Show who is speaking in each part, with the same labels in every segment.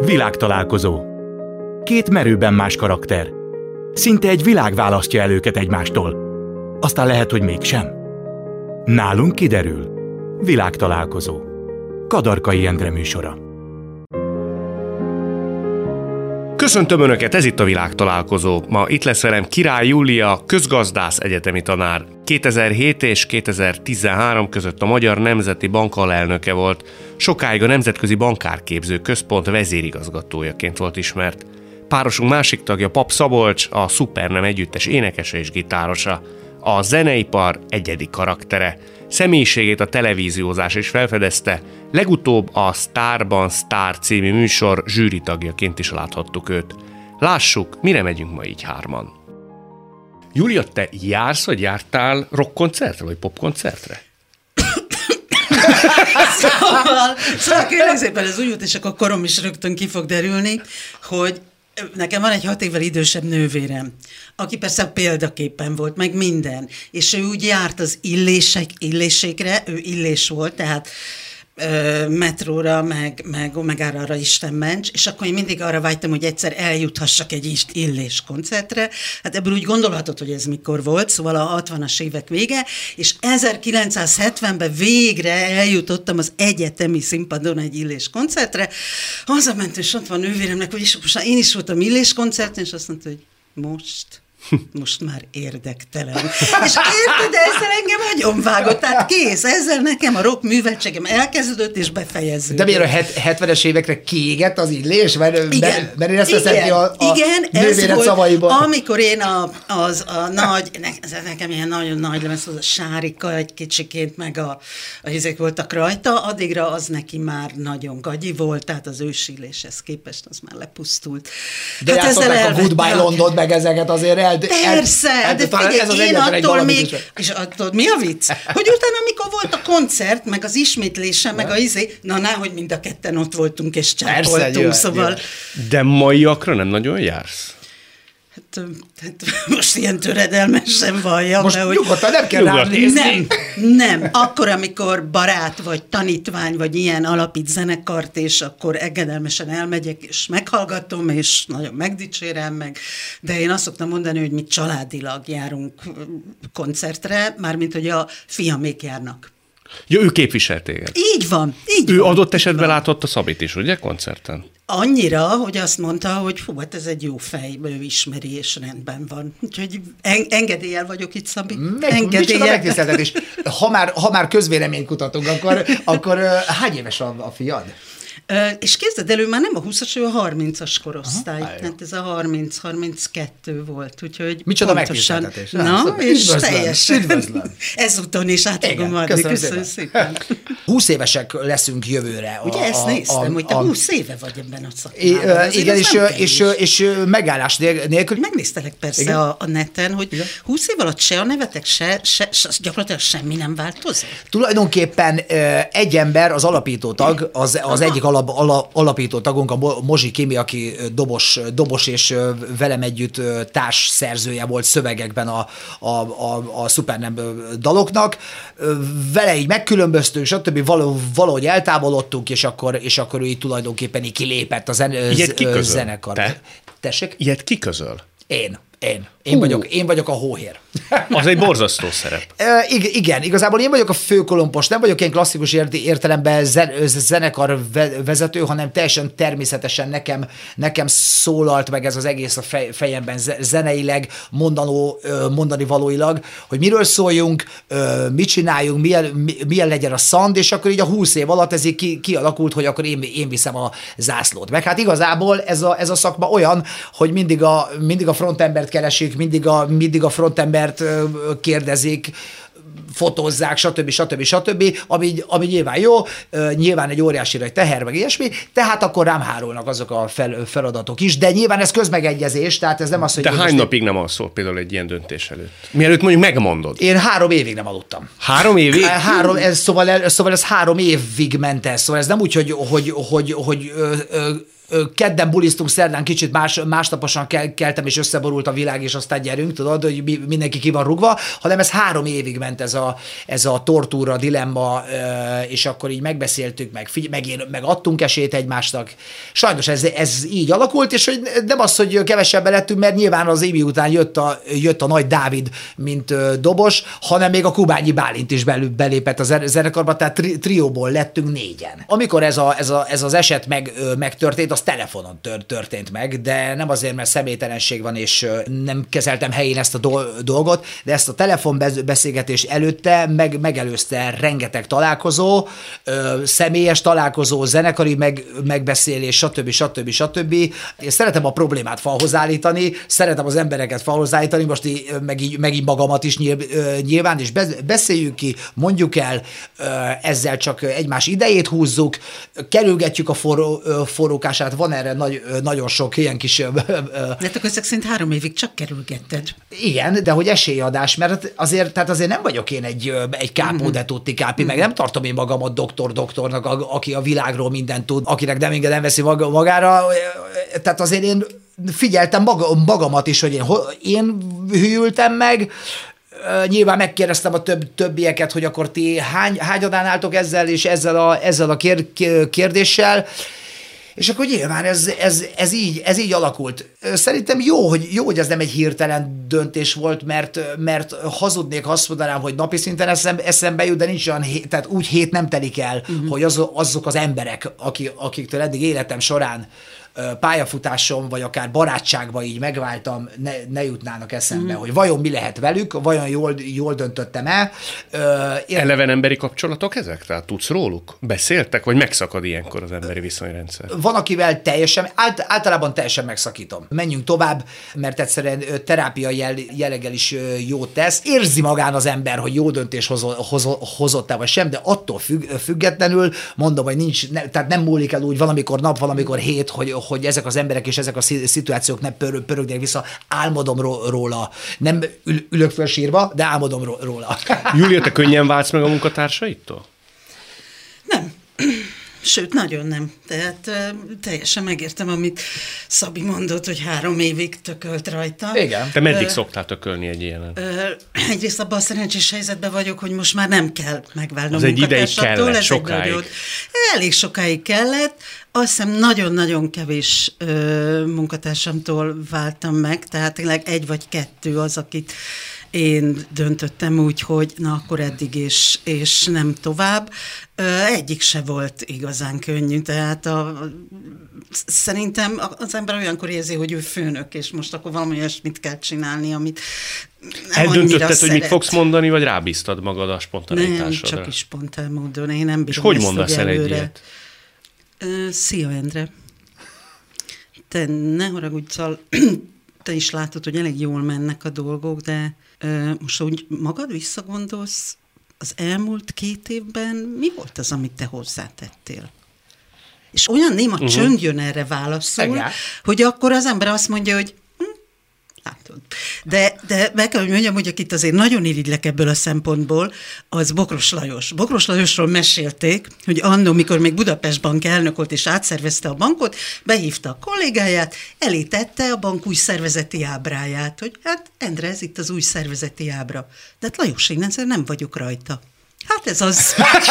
Speaker 1: Világtalálkozó. Két merőben más karakter. Szinte egy világ választja el őket egymástól. Aztán lehet, hogy mégsem. Nálunk kiderül. Világtalálkozó. Kadarkai Endre műsora.
Speaker 2: Köszöntöm Önöket, ez itt a Világtalálkozó. Ma itt lesz velem Király Júlia, közgazdász, egyetemi tanár. 2007 és 2013 között a Magyar Nemzeti Bank alelnöke volt. Sokáig a Nemzetközi Bankárképző Központ vezérigazgatójaként volt ismert. Párosunk másik tagja Pap Szabolcs, a Supernem együttes énekese és gitárosa. A zeneipar egyedi karaktere. Személyiségét a televíziózás is felfedezte, legutóbb a Sztárban Sztár című műsor zsűritagjaként is láthattuk őt. Lássuk, mire megyünk ma így hárman. Júlia, te jársz, vagy jártál rockkoncertre, vagy popkoncertre?
Speaker 3: Szóval kérlek szépen, ez úgy volt, és akkor korom is rögtön ki fog derülni, hogy nekem van egy 6 évvel idősebb nővérem, aki persze példaképpen volt, meg minden, és ő úgy járt az illésekre, ő illés volt, tehát metróra, meg Omegára Isten ments, és akkor én mindig arra vágytam, hogy egyszer eljuthassak egy illés koncertre. Hát ebből úgy gondolhatod, hogy ez mikor volt, szóval a 60-as évek vége, és 1970-ben végre eljutottam az egyetemi színpadon egy illés koncertre. Hazament, és ott van nővéremnek, hogy most én is voltam illés koncerten, és azt mondta, hogy most már érdektelen. És érted, de ezzel engem agyonvágott, tehát kész, ezzel nekem a rock műveltségem elkezdődött és befejeződött.
Speaker 4: De miért a 70-es évekre kiégett az illés? Mert én ezt veszem ki a nővéred szavaiból.
Speaker 3: Amikor én a nagy, nekem ilyen nagyon nagy lemez, az a Sárika egy kicsiként, meg a izék voltak rajta, addigra az neki már nagyon gagyi volt, tehát az ősilléshez képest az már lepusztult.
Speaker 4: De hát játszották a Goodbye London, meg ezeket azért
Speaker 3: persze, de figyelj, én attól még, és attól mi a vicc? Hogy utána, amikor volt a koncert, meg az ismétlése, meg a hogy mind a ketten ott voltunk, és csápoltunk, szóval...
Speaker 2: De maiakra nem nagyon jársz?
Speaker 3: Hát most ilyen töredelmesen valljam.
Speaker 4: Most nyugodtan nem kell rám nézni.
Speaker 3: Nem. Akkor, amikor barát, vagy tanítvány, vagy ilyen alapít zenekart, és akkor engedelmesen elmegyek, és meghallgatom, és nagyon megdicsérem meg. De én azt szoktam mondani, hogy mi családilag járunk koncertre, mármint, hogy a fiamék járnak.
Speaker 2: Ja, ő képviselt téged.
Speaker 3: Így van.
Speaker 2: Ő adott esetben látott a Szabit is, ugye, koncerten?
Speaker 3: Annyira, hogy azt mondta, hogy hát ez egy jó fej, ő ismeri, és rendben van. Úgyhogy engedéllyel vagyok itt, Szabi.
Speaker 4: Micsoda megtiszteltetés. Ha már közvéleményt kutatunk, akkor hány éves a fiad?
Speaker 3: És képzeld el, ő már nem a 20-as, ő a 30-as korosztály. Tehát ez a 30-32 volt, úgyhogy
Speaker 4: micsoda
Speaker 3: pontosan.
Speaker 4: Megtiszteltetés.
Speaker 3: Na, és teljesen.
Speaker 4: Üdvözlöm.
Speaker 3: Ezúton is át fogom adni. Köszönöm szépen.
Speaker 4: 20 évesek leszünk jövőre.
Speaker 3: Ugye ezt néztem, hogy te 20 éve vagy ebben a szakmában.
Speaker 4: Igen, és megállás nélkül.
Speaker 3: Megnéztelek persze a neten, hogy 20 év alatt se a nevetek, se gyakorlatilag semmi nem változott.
Speaker 4: Tulajdonképpen egy ember, az alapító tag, az egyik alapító tagunk, a Mozsi Kimi, aki dobos és velem együtt társszerzője volt szövegekben a Supernem daloknak. Vele így megkülönböztünk, stb. Valahogy eltávolodtunk, és akkor ő így tulajdonképpen így kilépett a zenekar.
Speaker 2: Te?
Speaker 4: Tessék?
Speaker 2: Ilyet ki közöl?
Speaker 4: Én vagyok a hóhér.
Speaker 2: Az egy borzasztó szerep.
Speaker 4: Igen, igazából én vagyok a főkolompos, nem vagyok ilyen klasszikus értelemben zenekar vezető, hanem teljesen természetesen nekem szólalt meg ez az egész a fejemben zeneileg, mondani valóilag, hogy miről szóljunk, mit csináljunk, milyen legyen a sound, és akkor így a 20 év alatt ez így kialakult, hogy akkor én viszem a zászlót. Meg hát igazából ez a szakma olyan, hogy mindig a frontembert keresik, mindig a frontembert kérdezik, fotózzák, stb. Ami nyilván jó, nyilván egy óriási nagy teher, meg ilyesmi, tehát akkor rám hárulnak azok a feladatok is, de nyilván ez közmegegyezés, tehát ez nem az, hogy...
Speaker 2: De hány napig nem alszol például egy ilyen döntés előtt? Mielőtt mondjuk megmondod.
Speaker 4: Én 3 évig nem aludtam.
Speaker 2: 3 évig?
Speaker 4: Szóval ez 3 évig ment ez, szóval ez nem úgy, hogy kedden buliztunk, szerdán kicsit másnaposan keltem, és összeborult a világ, és aztán gyerünk, tudod, hogy mindenki ki van rugva, hanem ez 3 évig ment ez a tortúra, dilemma, és akkor így megbeszéltük, meg adtunk esélyt egymásnak. Sajnos ez így alakult, és hogy nem az, hogy kevesebben lettünk, mert nyilván az Évi után jött a nagy Dávid, mint dobos, hanem még a Kubányi Bálint is belépett a zenekarba, tehát trióból lettünk 4-en. Amikor ez az eset megtörtént, az telefonon történt meg, de nem azért, mert személytelenség van, és nem kezeltem helyén ezt a dolgot, de ezt a telefonbeszélgetés előtte megelőzte rengeteg találkozó, személyes találkozó, zenekari megbeszélés, stb. Én szeretem a problémát falhoz állítani, szeretem az embereket falhoz állítani, most meg így magamat is nyilván, és beszéljük ki, mondjuk el, ezzel csak egymás idejét húzzuk, kerülgetjük a forrókását, van erre nagyon sok ilyen kis...
Speaker 3: De akkor ezek szerint 3 évig csak kerülgetted.
Speaker 4: Igen, de hogy esélyadás, mert azért nem vagyok én egy kápó de tutti kápi, meg nem tartom én magamat doktornak, aki a világról mindent tud, akinek nem veszi magára, tehát azért én figyeltem magamat is, hogy én hűltem meg, nyilván megkérdeztem a többieket, hogy akkor ti hányadán álltok ezzel és ezzel a kérdéssel, és akkor nyilván ez így alakult. Szerintem jó, hogy ez nem egy hirtelen döntés volt, mert hazudnék, ha azt mondanám, hogy napi szinten eszembe jut, de nincs olyan, tehát úgy hét nem telik el, hogy azok az emberek, akiktől eddig életem során pályafutáson, vagy akár barátságban így megváltam, ne jutnának eszembe, hogy vajon mi lehet velük, vajon jól döntöttem el.
Speaker 2: Eleven emberi kapcsolatok ezek? Tehát tudsz róluk? Beszéltek, vagy megszakad ilyenkor az emberi viszonyrendszer?
Speaker 4: Van, akivel általában teljesen megszakítom. Menjünk tovább, mert egyszerűen terápia jelleggel is jót tesz. Érzi magán az ember, hogy jó döntés hozott-e vagy sem, de attól függetlenül mondom, hogy tehát nem múlik el úgy valamikor nap, valamikor hét, hogy ezek az emberek és ezek a szituációk ne pörögnek vissza. Álmodom róla. Nem ülök föl sírva, de álmodom róla.
Speaker 2: Júlia, te könnyen váltsz meg a munkatársaitól?
Speaker 3: Nem. Sőt, nagyon nem. Tehát teljesen megértem, amit Szabi mondott, hogy 3 évig tökölt rajta.
Speaker 4: Igen.
Speaker 2: Te meddig szoktál tökölni egy ilyenen?
Speaker 3: Egyrészt abban a szerencsés helyzetben vagyok, hogy most már nem kell megválnom
Speaker 2: az egy ideig kellett,
Speaker 3: sokáig. Elég sokáig kellett. Azt hiszem nagyon-nagyon kevés munkatársamtól váltam meg, tehát tényleg 1 vagy 2 az, akit én döntöttem úgy, hogy na akkor eddig és nem tovább. Egyik se volt igazán könnyű, tehát szerintem az ember olyankor érzi, hogy ő főnök, és most akkor valami olyasmit kell csinálni, amit nem
Speaker 2: eldöntötted, hogy mit fogsz mondani, vagy rábíztad magad a spontanitásodra?
Speaker 3: Nem, csak is spontán módon. Én nem bírom.
Speaker 2: És hogy mondasz el egy ilyet?
Speaker 3: Szia, Endre. Te ne haragudj, szóval te is látod, hogy elég jól mennek a dolgok, de most úgy magad visszagondolsz, az elmúlt 2 évben mi volt az, amit te hozzátettél? És olyan néma csönd jön erre válaszul, hogy akkor az ember azt mondja, hogy látod. De meg kell, hogy mondjam, hogy akit azért nagyon irigylek ebből a szempontból, az Bokros Lajos. Bokros Lajosról mesélték, hogy annó, mikor még Budapest Bank elnök volt és átszervezte a bankot, behívta a kollégáját, elítette a bank új szervezeti ábráját, hogy hát Endre, ez itt az új szervezeti ábra. De hát Lajos, én nem vagyok rajta. Hát ez az.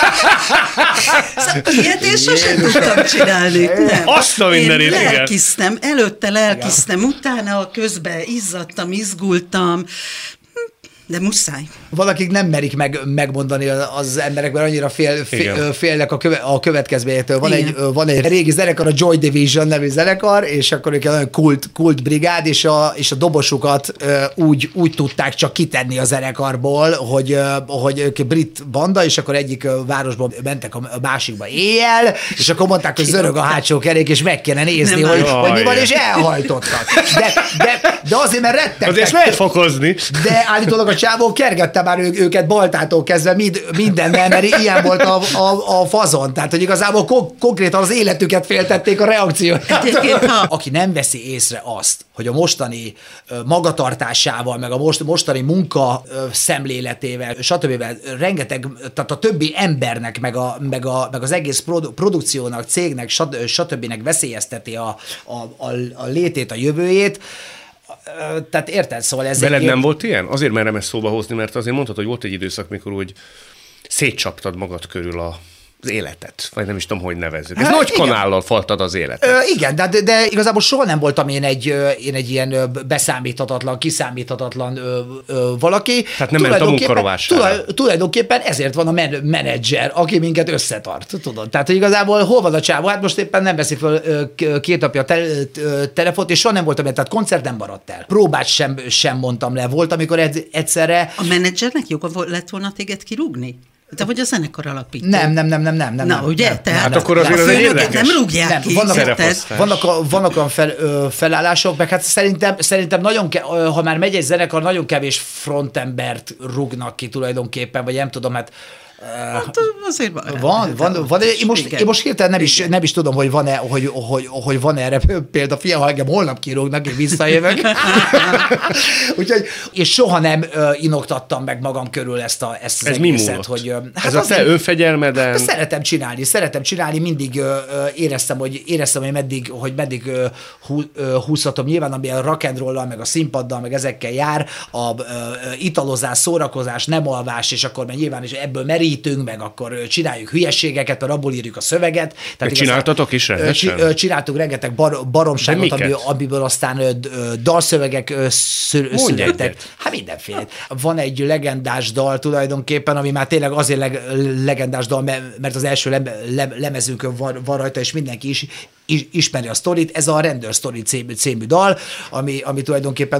Speaker 3: Ilyet én sosem tudtam csinálni. Nem.
Speaker 2: Azt a mindenit, igen.
Speaker 3: Lelkisztem, előtte lelkisztem, utána közben izzadtam, izgultam, de muszáj.
Speaker 4: Valakik nem merik megmondani az emberek, mert annyira félnek a következményektől. Van egy régi zenekar, a Joy Division nevű zenekar, és akkor ők egy kult brigád, és a dobosukat úgy tudták csak kitenni a zenekarból, hogy ők brit banda, és akkor egyik városban mentek a másikba éjjel, és akkor mondták, hogy zörög a hátsó kerék, és meg kéne nézni, hogy mi van, és elhajtottak. De azért, mert rettegtek.
Speaker 2: Azért lehet fokozni.
Speaker 4: De állítólag a csávó kergette már őket baltától kezdve mindennel, mert ilyen volt a fazon. Tehát, hogy igazából konkrétan az életüket féltették a reakcióját. Aki nem veszi észre azt, hogy a mostani magatartásával, meg a mostani munka szemléletével, stb. Rengeteg, tehát a többi embernek, meg az egész produkciónak, cégnek, stb. Veszélyezteti a létét, a jövőjét. Tehát érted? Szóval ez
Speaker 2: veled nem volt ilyen? Azért merem ezt szóba hozni, mert azért mondtad, hogy volt egy időszak, mikor úgy szétcsaptad magad körül az életet, vagy nem is tudom, hogy nevezzük. Ez nagy kanállal faltad az életet.
Speaker 4: Igen, de igazából soha nem voltam én egy ilyen beszámíthatatlan, kiszámíthatatlan valaki.
Speaker 2: Tehát nem ment a munkarovására.
Speaker 4: Tulajdonképpen ezért van a menedzser, aki minket összetart, tudod. Tehát, hogy igazából hol van a csávó? Hát most éppen nem veszi fel 2 napja a telefont, és soha nem voltam ilyen, tehát koncert nem maradt el. Próbát sem mondtam le. Volt, amikor egyszerre...
Speaker 3: A menedzsernek joga lett volna téged kirúgni? Te vagy a zenekar alapító.
Speaker 4: Nem.
Speaker 3: Na, ugye?
Speaker 2: Hát akkor azért az egy érdekes.
Speaker 3: Nem rúgják ki.
Speaker 4: Vannak olyan felállások, meg hát szerintem nagyon ha már megy egy zenekar, nagyon kevés frontembert rúgnak ki tulajdonképpen, vagy nem tudom, hát
Speaker 3: azért
Speaker 4: van. Én most hirtelen nem is tudom, hogy van erre példa. Fia, ha engem holnap kirúgnak, én visszajövök. Úgyhogy, és soha nem inoktattam meg magam körül ezt az
Speaker 2: ez
Speaker 4: egészet. Hogy,
Speaker 2: hát ez a te önfegyelmeden?
Speaker 4: Szeretem csinálni, mindig éreztem, hogy meddig húzhatom. Nyilván, ami a rock and roll-al, meg a színpaddal, meg ezekkel jár, a italozás, szórakozás, nem alvás, és akkor nyilván is ebből merítünk, meg akkor csináljuk hülyeségeket, mert abból írjuk a szöveget.
Speaker 2: Tehát csináltatok is rendesen?
Speaker 4: Csináltunk rengeteg baromságot, amiből aztán dalszövegek születtek. Hát mindenféle. Van egy legendás dal tulajdonképpen, ami már tényleg azért legendás dal, mert az első lemezünkön van rajta, és mindenki is ismeri a sztorit. Ez a Rendőr Sztori című dal, ami tulajdonképpen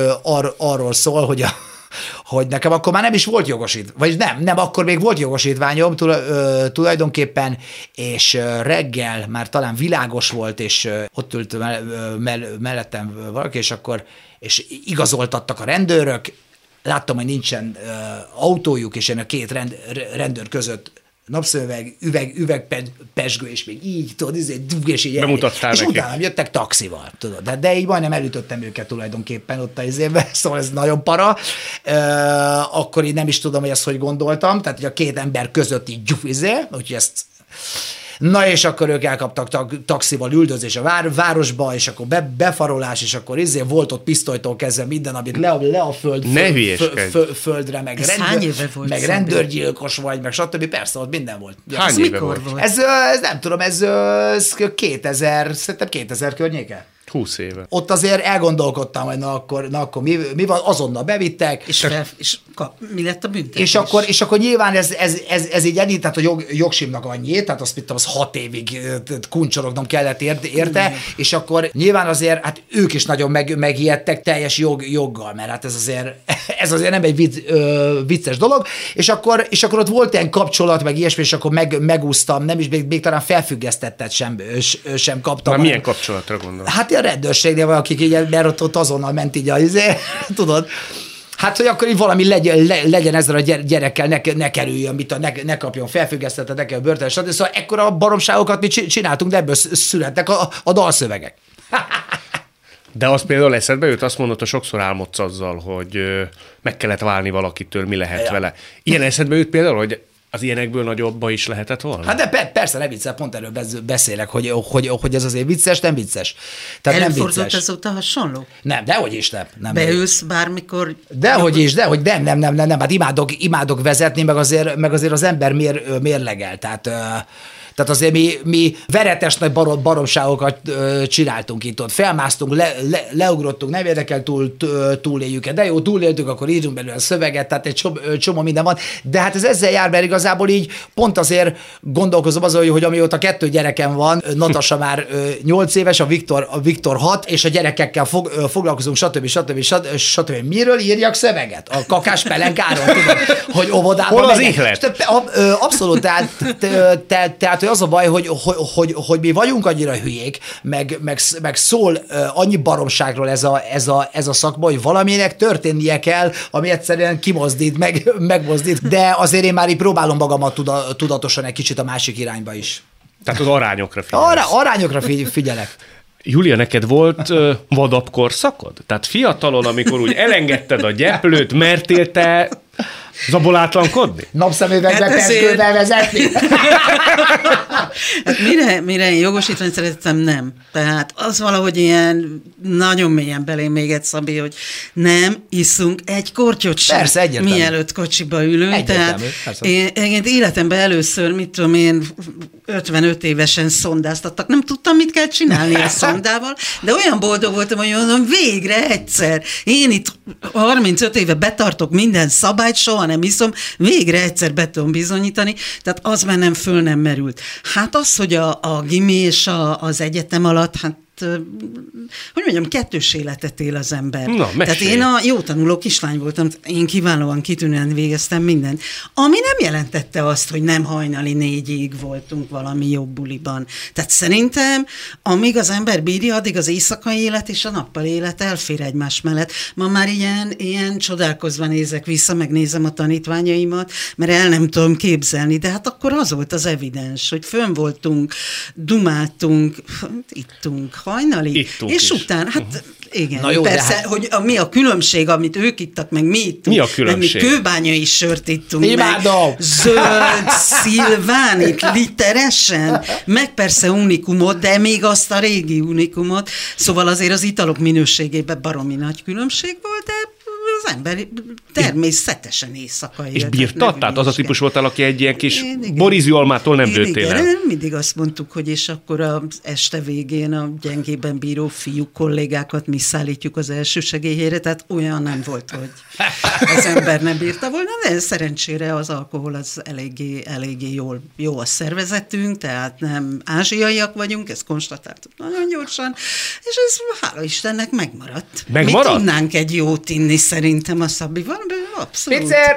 Speaker 4: arról szól, hogy nekem akkor már nem is volt vagy nem, akkor még volt jogosítványom tulajdonképpen, és reggel már talán világos volt, és ott ült mellettem valaki, és igazoltattak a rendőrök, láttam, hogy nincsen autójuk, és én a 2 rendőr között napszöveg, üvegpezsgő, és még így, tudod, és így
Speaker 2: bemutattál
Speaker 4: neki. És
Speaker 2: utána
Speaker 4: jöttek taxival, tudod. De így majdnem elütöttem őket tulajdonképpen ott az évben, szóval ez nagyon para. Akkor így nem is tudom, hogy ezt hogy gondoltam, tehát hogy a 2 ember között így úgyhogy ezt... Na, és akkor ők elkaptak taxival üldözés a városba, és akkor befarolás, és akkor volt ott pisztolytól kezdve minden, amit le a földre, meg rendőrgyilkos vagy, meg stb. Persze, ott minden volt.
Speaker 2: Hány éve volt?
Speaker 4: Ez nem tudom, ez 2000, szerintem 2000 környéke.
Speaker 2: 20 éve.
Speaker 4: Ott azért elgondolkodtam, hogy na akkor mi van, azonnal bevittek.
Speaker 3: És mi lett a büntetés?
Speaker 4: És akkor nyilván ez így ennyi, tehát a jogsimnak annyi, tehát azt az 6 évig kuncsorognom kellett érte, és akkor nyilván azért, hát ők is nagyon megijedtek teljes joggal, mert hát ez azért nem egy vicces dolog, és akkor ott volt ilyen kapcsolat, meg ilyesmi, és akkor megúsztam, nem is, még talán felfüggesztettet sem kaptam.
Speaker 2: Már milyen kapcsolatra gondolsz?
Speaker 4: Hát a rendőrségnél van, akik így, mert ott azonnal ment így tudod. Hát, hogy akkor így valami legyen ezzel a gyerekkel, ne kerüljön, ne kapjon felfüggesztetet, ne kell börtön, stb. Szóval ekkora baromságokat mi csináltunk, de ebből születtek a dalszövegek.
Speaker 2: De az például eszedbe jött, azt mondod, hogy sokszor álmodsz azzal, hogy meg kellett válni valakitől, mi lehet vele. Ilyen eszedbe jött például, hogy az ilyenekből nagyobba is lehetett volna?
Speaker 4: Hát de persze, nem vicces, pont erről beszélek, hogy ez azért vicces, nem vicces. Tehát
Speaker 3: elfordult
Speaker 4: nem vicces.
Speaker 3: azóta hasonló?
Speaker 4: Nem, dehogy is nem.
Speaker 3: Beülsz bármikor?
Speaker 4: Dehogy nem. Hát imádok vezetni, meg azért az ember mérlegel, tehát azért mi veretes nagy baromságokat csináltunk itt ott. Felmásztunk, leugrottunk, nem érdekel túléljük, de jó, túléltük, akkor írjunk belőle a szöveget, tehát egy csomó minden van. De hát ez ezzel jár, mert igazából így pont azért gondolkozom azon, hogy amióta 2 gyerekem van, Natasha már 8 éves, a Viktor 6, és a gyerekekkel foglalkozunk, stb. Miről írjak szöveget? A kakás pelenkáról, tudod, hogy óvodában
Speaker 2: hol az ihlet?
Speaker 4: Abszolút, tehát hogy az a baj, hogy mi vagyunk annyira hülyék, meg szól annyi baromságról ez a szakma, hogy valaminek történnie kell, ami egyszerűen kimozdít, megmozdít, de azért én már így próbálom magamat tudatosan egy kicsit a másik irányba is.
Speaker 2: Tehát az arányokra figyelsz.
Speaker 4: Arányokra figyelek.
Speaker 2: Júlia, neked volt vadabb korszakod? Tehát fiatalon, amikor úgy elengedted a gyeplőt, mertél te zabolátlankodni?
Speaker 4: Napszemüvegbe pezsgővel vezetni?
Speaker 3: Hát mire én jogosítványt szerettem, nem. Tehát az valahogy ilyen nagyon mélyen belém még egy Szabi, hogy nem iszunk egy kortyot sem.
Speaker 4: Persze, egyértelmű.
Speaker 3: Mielőtt kocsiba ülünk.
Speaker 4: Egyértelmű,
Speaker 3: Tehát én életemben először, 55 évesen szondáztattak. Nem tudtam, mit kell csinálni a szondával, de olyan boldog voltam, hogy mondom, végre egyszer. Én itt 35 éve betartok minden szabályt, soha nem iszom, végre egyszer be tudom bizonyítani, tehát az bennem föl nem merült. Hát az, hogy a gimi és az egyetem alatt, hát hogy mondjam, kettős életet él az ember.
Speaker 2: Na,
Speaker 3: tehát én a jó tanuló kislány voltam, én kiválóan, kitűnően végeztem mindent, ami nem jelentette azt, hogy nem hajnali 4-ig voltunk valami jobb buliban. Tehát szerintem, amíg az ember bírja, addig az éjszakai élet és a nappali élet elfér egymás mellett. Ma már ilyen csodálkozva nézek vissza, megnézem a tanítványaimat, mert el nem tudom képzelni, de hát akkor az volt az evidens, hogy fönn voltunk, dumáltunk, ittunk, hajnalig, és utána, hát igen, na jó, persze, hát... hogy mi a különbség, amit ők ittak, meg mi ittunk.
Speaker 2: Mi a különbség?
Speaker 3: Mi kőbányai sört ittunk,
Speaker 4: imádom.
Speaker 3: meg zöld szilvánit literesen, meg persze unikumot, de még azt a régi unikumot, szóval azért az italok minőségében baromi nagy különbség volt, de az ember természetesen éjszaka élt.
Speaker 2: És bírtad? Tehát az a típus voltál, aki egy ilyen kis borizűalmától nem dőltél el.
Speaker 3: Mindig azt mondtuk, hogy és akkor az este végén a gyengében bíró fiúk, kollégákat mi szállítjuk az első segélyhelyre, tehát olyan nem volt, hogy az ember nem bírta volna, de szerencsére az alkohol az eléggé jó a szervezetünk, tehát nem ázsiaiak vagyunk, ezt konstatáltuk nagyon gyorsan, és ez hála Istennek megmaradt. Mi tudnánk egy jót inni szerintem a Szabival, abszolút.
Speaker 4: Pizzer!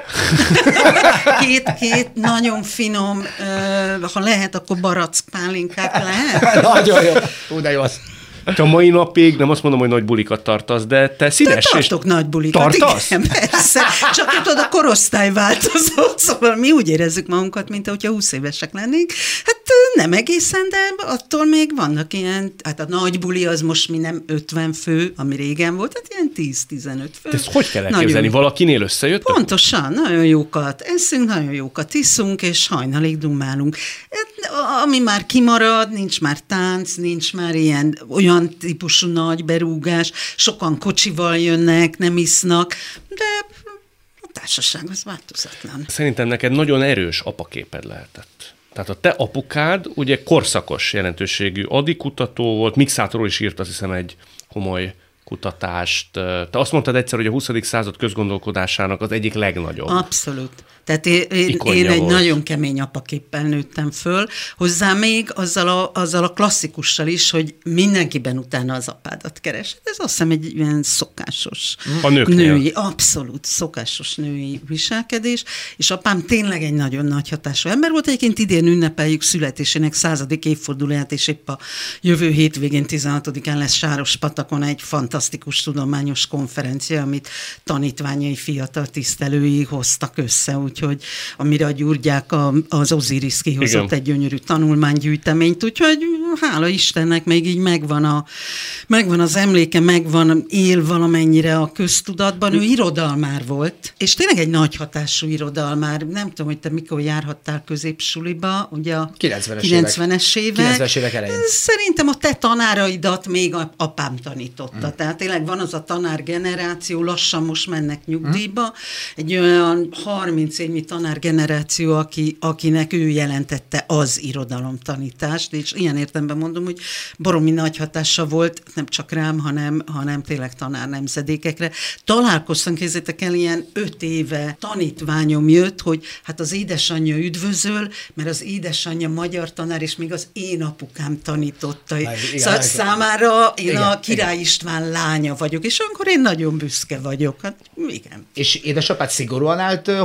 Speaker 3: Két nagyon finom, ha lehet, akkor barackpálinkák lehet.
Speaker 4: Nagyon jó. Hú, de jó az.
Speaker 2: A mai napig nem azt mondom, hogy nagy bulikat tartasz, de te színes.
Speaker 3: De tartok nagy bulikat.
Speaker 2: Tartasz?
Speaker 3: Igen, persze. Csak tudod, a korosztály változott, szóval mi úgy érezzük magunkat, mint ahogyha 20 évesek lennénk. Hát nem egészen, de attól még vannak ilyen, hát a nagy buli az most mi nem 50 fő, ami régen volt, hát ilyen 10-15 fő.
Speaker 2: De ezt hogy kell elképzelni? Valakinél összejöttek?
Speaker 3: Pontosan, nagyon jókat eszünk, nagyon jókat iszunk, és hajnalig dumálunk. Ami már kimarad, nincs már tánc, nincs már olyan típusú nagy berúgás, sokan kocsival jönnek, nem isznak, de a társaság az változatlan.
Speaker 2: Szerintem neked nagyon erős apaképed lehetett. Tehát a te apukád ugye korszakos jelentőségű adikutató volt, mixátorról is írt, azt hiszem, egy komoly kutatást. Te azt mondtad egyszer, hogy a 20. század közgondolkodásának az egyik legnagyobb.
Speaker 3: Abszolút. Tehát én egy nagyon kemény apaképpel nőttem föl, hozzá még azzal a klasszikussal is, hogy mindenkiben utána az apádat keres. Ez azt hiszem egy ilyen szokásos női, abszolút szokásos női viselkedés, és apám tényleg egy nagyon nagy hatású ember volt. Egyébként idén ünnepeljük születésének 100. évfordulóját, és épp a jövő hétvégén 16-án lesz Sárospatakon egy fantasztikus tudományos konferencia, amit tanítványai, fiatal tisztelői hoztak össze, úgyhogy amire a Gyurgyák az Osiris kihozott egy gyönyörű tanulmánygyűjteményt, úgyhogy hála Istennek még így megvan az emléke, él valamennyire a köztudatban, ő irodalmár volt, és tényleg egy nagy hatású irodalmár. Nem tudom, hogy te mikor járhattál középsuliba, ugye a 90-es évek.
Speaker 4: 90-es évek elején.
Speaker 3: Szerintem a te tanáraidat még apám tanította. Tehát tényleg van az a tanárgeneráció, lassan most mennek nyugdíjba, egy olyan 30 évnyi tanárgeneráció, akinek ő jelentette az irodalomtanítást, és ilyen értelemben mondom, hogy baromi nagy hatása volt, nem csak rám, hanem tényleg tanár nemzedékekre. Találkoztam, kézzétek el, ilyen 5 éve tanítványom jött, hogy hát az édesanyja üdvözöl, mert az édesanyja magyar tanár, és még az én apukám tanította. Szóval számára én a Király István lánya vagyok, és akkor én nagyon büszke vagyok. Hát igen.
Speaker 4: És édesapád szigorúan állt hozzád, amikor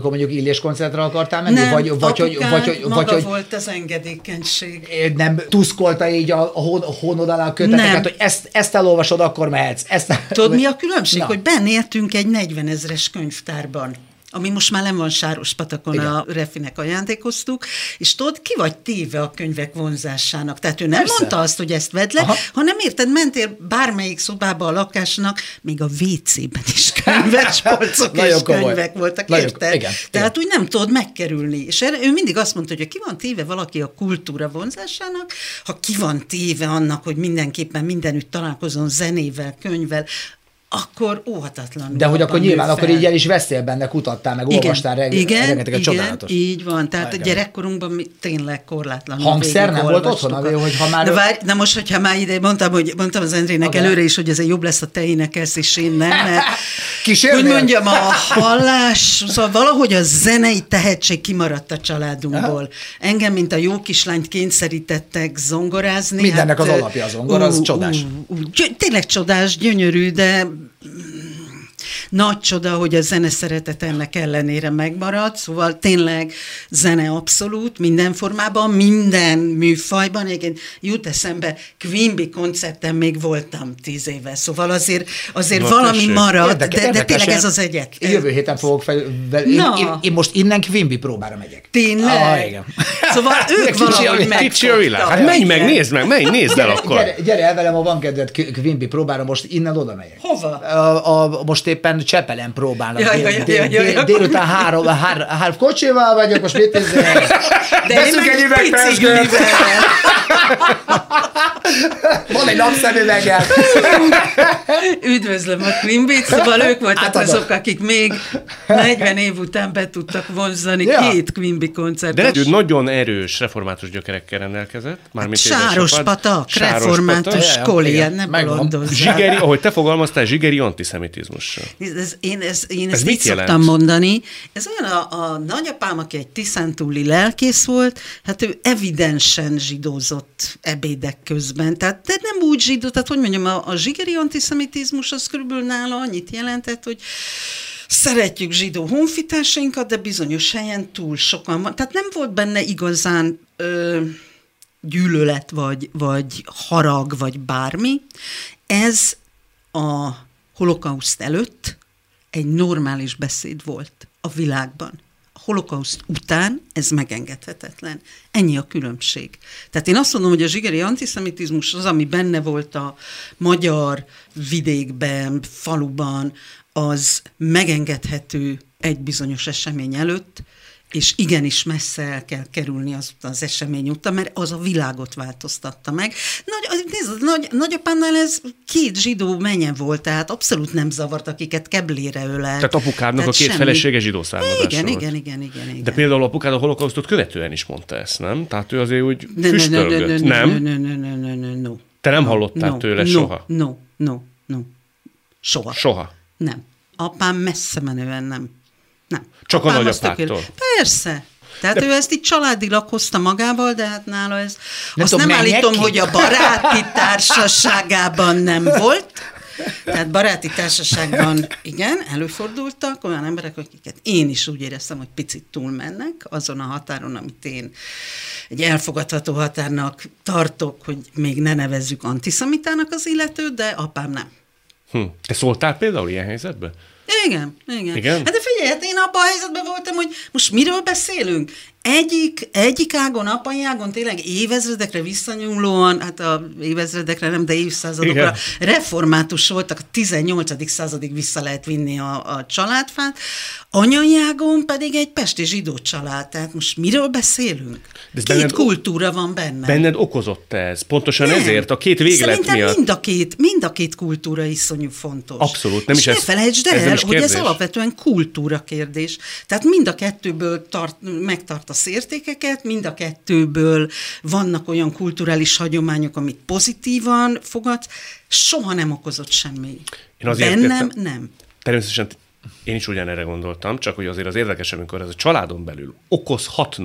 Speaker 4: amikor mondjuk Illés koncertre akartál menni?
Speaker 3: Nem,
Speaker 4: Vagy
Speaker 3: volt az engedékenység.
Speaker 4: Nem tuszkolta így a hónod alá a köteteket, hogy ezt elolvasod, akkor mehetsz.
Speaker 3: Tudod, mi a különbség?
Speaker 4: Na.
Speaker 3: Hogy benn éltünk egy 40 000-es könyvtárban, ami most már nem van Sárospatakon, a Refinek ajándékoztuk, és tudod, ki vagy téve a könyvek vonzásának. Tehát ő nem
Speaker 4: Persze.
Speaker 3: mondta azt, hogy ezt vedd le, hanem érted, mentél bármelyik szobába a lakásnak, még a WC-ben is könyves polcok és könyvek voltak, érted?
Speaker 4: Igen,
Speaker 3: Tehát úgy nem tudod megkerülni. És ő mindig azt mondta, hogy ha ki van téve valaki a kultúra vonzásának, ha ki van téve annak, hogy mindenképpen mindenütt találkozon zenével, könyvvel, akkor óhatatlanul.
Speaker 4: De hogy akkor nyilván,
Speaker 3: fel.
Speaker 4: akkor így el is veszél benne, kutattál, meg olvastál rengeteget, csodálatos.
Speaker 3: Így van. Tehát a gyerekkorunkban mi tényleg korlátlanul
Speaker 4: hangszer nem volt otthon, hogy ha már...
Speaker 3: Na most, hogyha már ide mondtam az Endrének előre is, hogy ez jobb lesz, a te énekelsz, és én nem, mert
Speaker 4: Kísérnél?
Speaker 3: hogy mondjam, a hallás, szóval valahogy a zenei tehetség kimaradt a családunkból. Engem, mint a jó kislányt kényszerítettek zongorázni.
Speaker 4: Mindennek az alapja a zongora, az csodás.
Speaker 3: Tényleg csodás, gyönyörű, de nagy csoda, hogy a zene szeretet ennek ellenére megmaradt, szóval tényleg zene abszolút, minden formában, minden műfajban. Egyébként jut eszembe, Quimby koncerten még voltam 10 éve, szóval azért valami maradt, de tényleg ez az egyet.
Speaker 4: Jövő héten fogok én most innen Quimby próbára megyek.
Speaker 3: Tényleg?
Speaker 4: Igen.
Speaker 3: szóval ők valahogy
Speaker 2: Kicsi a világ. Hát menj meg, nézd el akkor.
Speaker 4: Gyere el velem, ha van kedved Quimby próbára, most innen oda megyek.
Speaker 3: Hova?
Speaker 4: Most éppen Csepelen próbálnak.
Speaker 3: Ja.
Speaker 4: Délután három kocsival vagyok, most mit nézzél? Veszünk egy üvegpercgőt. Van egy napszemüveggel.
Speaker 3: Üdvözlöm a Quimbyt, szóval ők voltak azok, akik még 40 év után be tudtak vonzani 2 Quimby koncertet.
Speaker 2: De ő nagyon erős református gyökerekkel rendelkezett.
Speaker 3: Sárospatak, református koli, nem bolondozzál.
Speaker 2: Zsigeri, ahogy te fogalmaztál, zsigeri antiszemitiszmussal.
Speaker 3: Én ezt így szoktam mondani. Ez olyan a nagyapám, aki egy tiszántúli lelkész volt, hát ő evidensen zsidózott ebédek közben. Tehát de nem úgy zsidó, tehát hogy mondjam, a zsigeri antiszemitizmus az körülbelül nála annyit jelentett, hogy szeretjük zsidó honfitársainkat, de bizonyos helyen túl sokan van. Tehát nem volt benne igazán gyűlölet, vagy harag, vagy bármi. Ez a holokauszt előtt egy normális beszéd volt a világban. A holokauszt után ez megengedhetetlen. Ennyi a különbség. Tehát én azt mondom, hogy a zsigeri antiszemitizmus az, ami benne volt a magyar vidékben, faluban, az megengedhető egy bizonyos esemény előtt, és igenis messze el kell kerülni az esemény után, mert az a világot változtatta meg. Nagyapámnál ez 2 zsidó menye volt, tehát abszolút nem zavart, akiket keblére ölelt.
Speaker 2: Tehát apukádnak a 2 felesége zsidó származású volt.
Speaker 3: Igen.
Speaker 2: De például apukád a holokausztot követően is mondta ezt, nem? Tehát ő azért úgy füstölgött, nem?
Speaker 3: No.
Speaker 2: Te nem hallottál tőle soha?
Speaker 3: No.
Speaker 2: Soha?
Speaker 3: Nem. Apám messze menően nem.
Speaker 2: Csak a nagyapától?
Speaker 3: Persze. Tehát ő ezt így családilag hozta magával, de hát nála ez... Azt nem állítom, hogy a baráti társaságában nem volt. Tehát baráti társaságban, igen, előfordultak olyan emberek, akiket én is úgy éreztem, hogy picit túlmennek azon a határon, amit én egy elfogadható határnak tartok, hogy még ne nevezzük antiszemitának az illetőt, de apám nem.
Speaker 2: Te szóltál például ilyen helyzetben?
Speaker 3: Igen. Hát de figyelj, hát én abban a helyzetben voltam, hogy most miről beszélünk? Egyik ágon, apai ágon tényleg évezredekre visszanyúlóan, hát a évezredekre nem, de évszázadokra református voltak, a 18. századig vissza lehet vinni a családfát, anyai ágon pedig egy pesti zsidó család, tehát most miről beszélünk? 2 kultúra van benne.
Speaker 2: Benned okozott ez? Pontosan nem. Ezért a 2 véglet
Speaker 3: szerintem
Speaker 2: miatt?
Speaker 3: Mind a két kultúra iszonyú fontos.
Speaker 2: Abszolút, nem
Speaker 3: és
Speaker 2: is
Speaker 3: ne
Speaker 2: ez.
Speaker 3: felejtsd el, hogy ez alapvetően kultúra kérdés. Tehát mind a kettőből megtartasz értékeket, mind a kettőből vannak olyan kulturális hagyományok, amit pozitívan fogadsz, soha nem okozott semmi. Bennem nem.
Speaker 2: Természetesen én is ugyanerre gondoltam, csak hogy azért az érdekes, amikor ez a családon belül okozhatna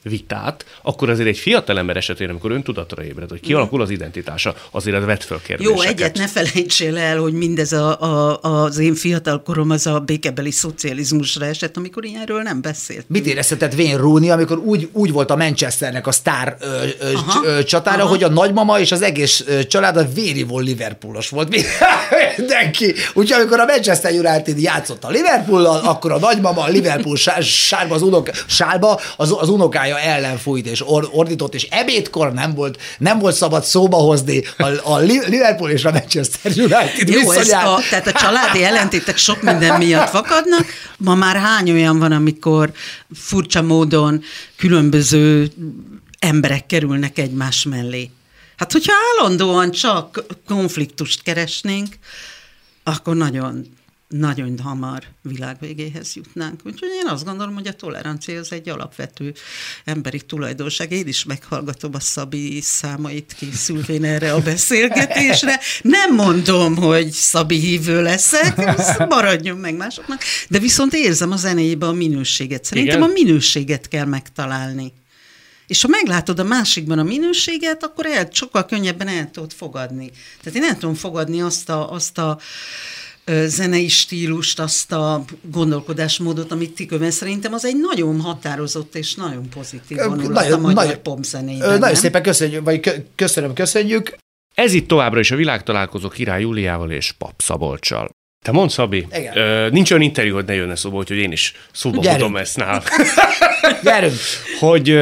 Speaker 2: vitát, akkor azért egy fiatalember esetén, amikor öntudatra ébred, hogy kialakul az identitása, azért ez vett föl kérdéseket.
Speaker 3: Jó, egyet ne felejtsél el, hogy mindez az én fiatalkorom az a békebeli szocializmusra esett, amikor ilyenről nem beszélt.
Speaker 4: Mit érezhetett Wayne Rooney, amikor úgy volt a Manchesternek a sztár csatára, hogy a nagymama és az egész család a vérivó Liverpoolos volt. Mindenki. Úgyhogy amikor a Manchester United játszott a Liverpoollal, akkor a nagymama a Liverpool sálba az unokája ellen fújt és ordított, és ebédkor nem volt szabad szóba hozni a Liverpool és a Manchester United viszonyát.
Speaker 3: Tehát a családi ellentétek sok minden miatt fakadnak. Ma már hány olyan van, amikor furcsa módon különböző emberek kerülnek egymás mellé. Hát, hogyha állandóan csak konfliktust keresnénk, akkor nagyon hamar világvégéhez jutnánk. Úgyhogy én azt gondolom, hogy a tolerancia az egy alapvető emberi tulajdonság. Én is meghallgatom a Szabi számait készülvén erre a beszélgetésre. Nem mondom, hogy Szabi hívő leszek, maradjon meg másoknak, de viszont érzem a zenéjében a minőséget. Szerintem a minőséget kell megtalálni. És ha meglátod a másikban a minőséget, akkor sokkal könnyebben el tudod fogadni. Tehát én el tudom fogadni azt a zenei stílust, azt a gondolkodásmódot, amit ti követ. Szerintem az egy nagyon határozott és nagyon pozitív vonulat a magyar popzenében.
Speaker 4: Nagyon szépen köszönjük.
Speaker 2: Ez itt továbbra is a Világtalálkozó Király Júliával és Pap Szabolccsal. Te mondd, Szabi, nincs olyan interjú, hogy ne jönne szóba, úgyhogy én is szóba hozom ezt nála.
Speaker 4: Gyerünk!
Speaker 2: Hogy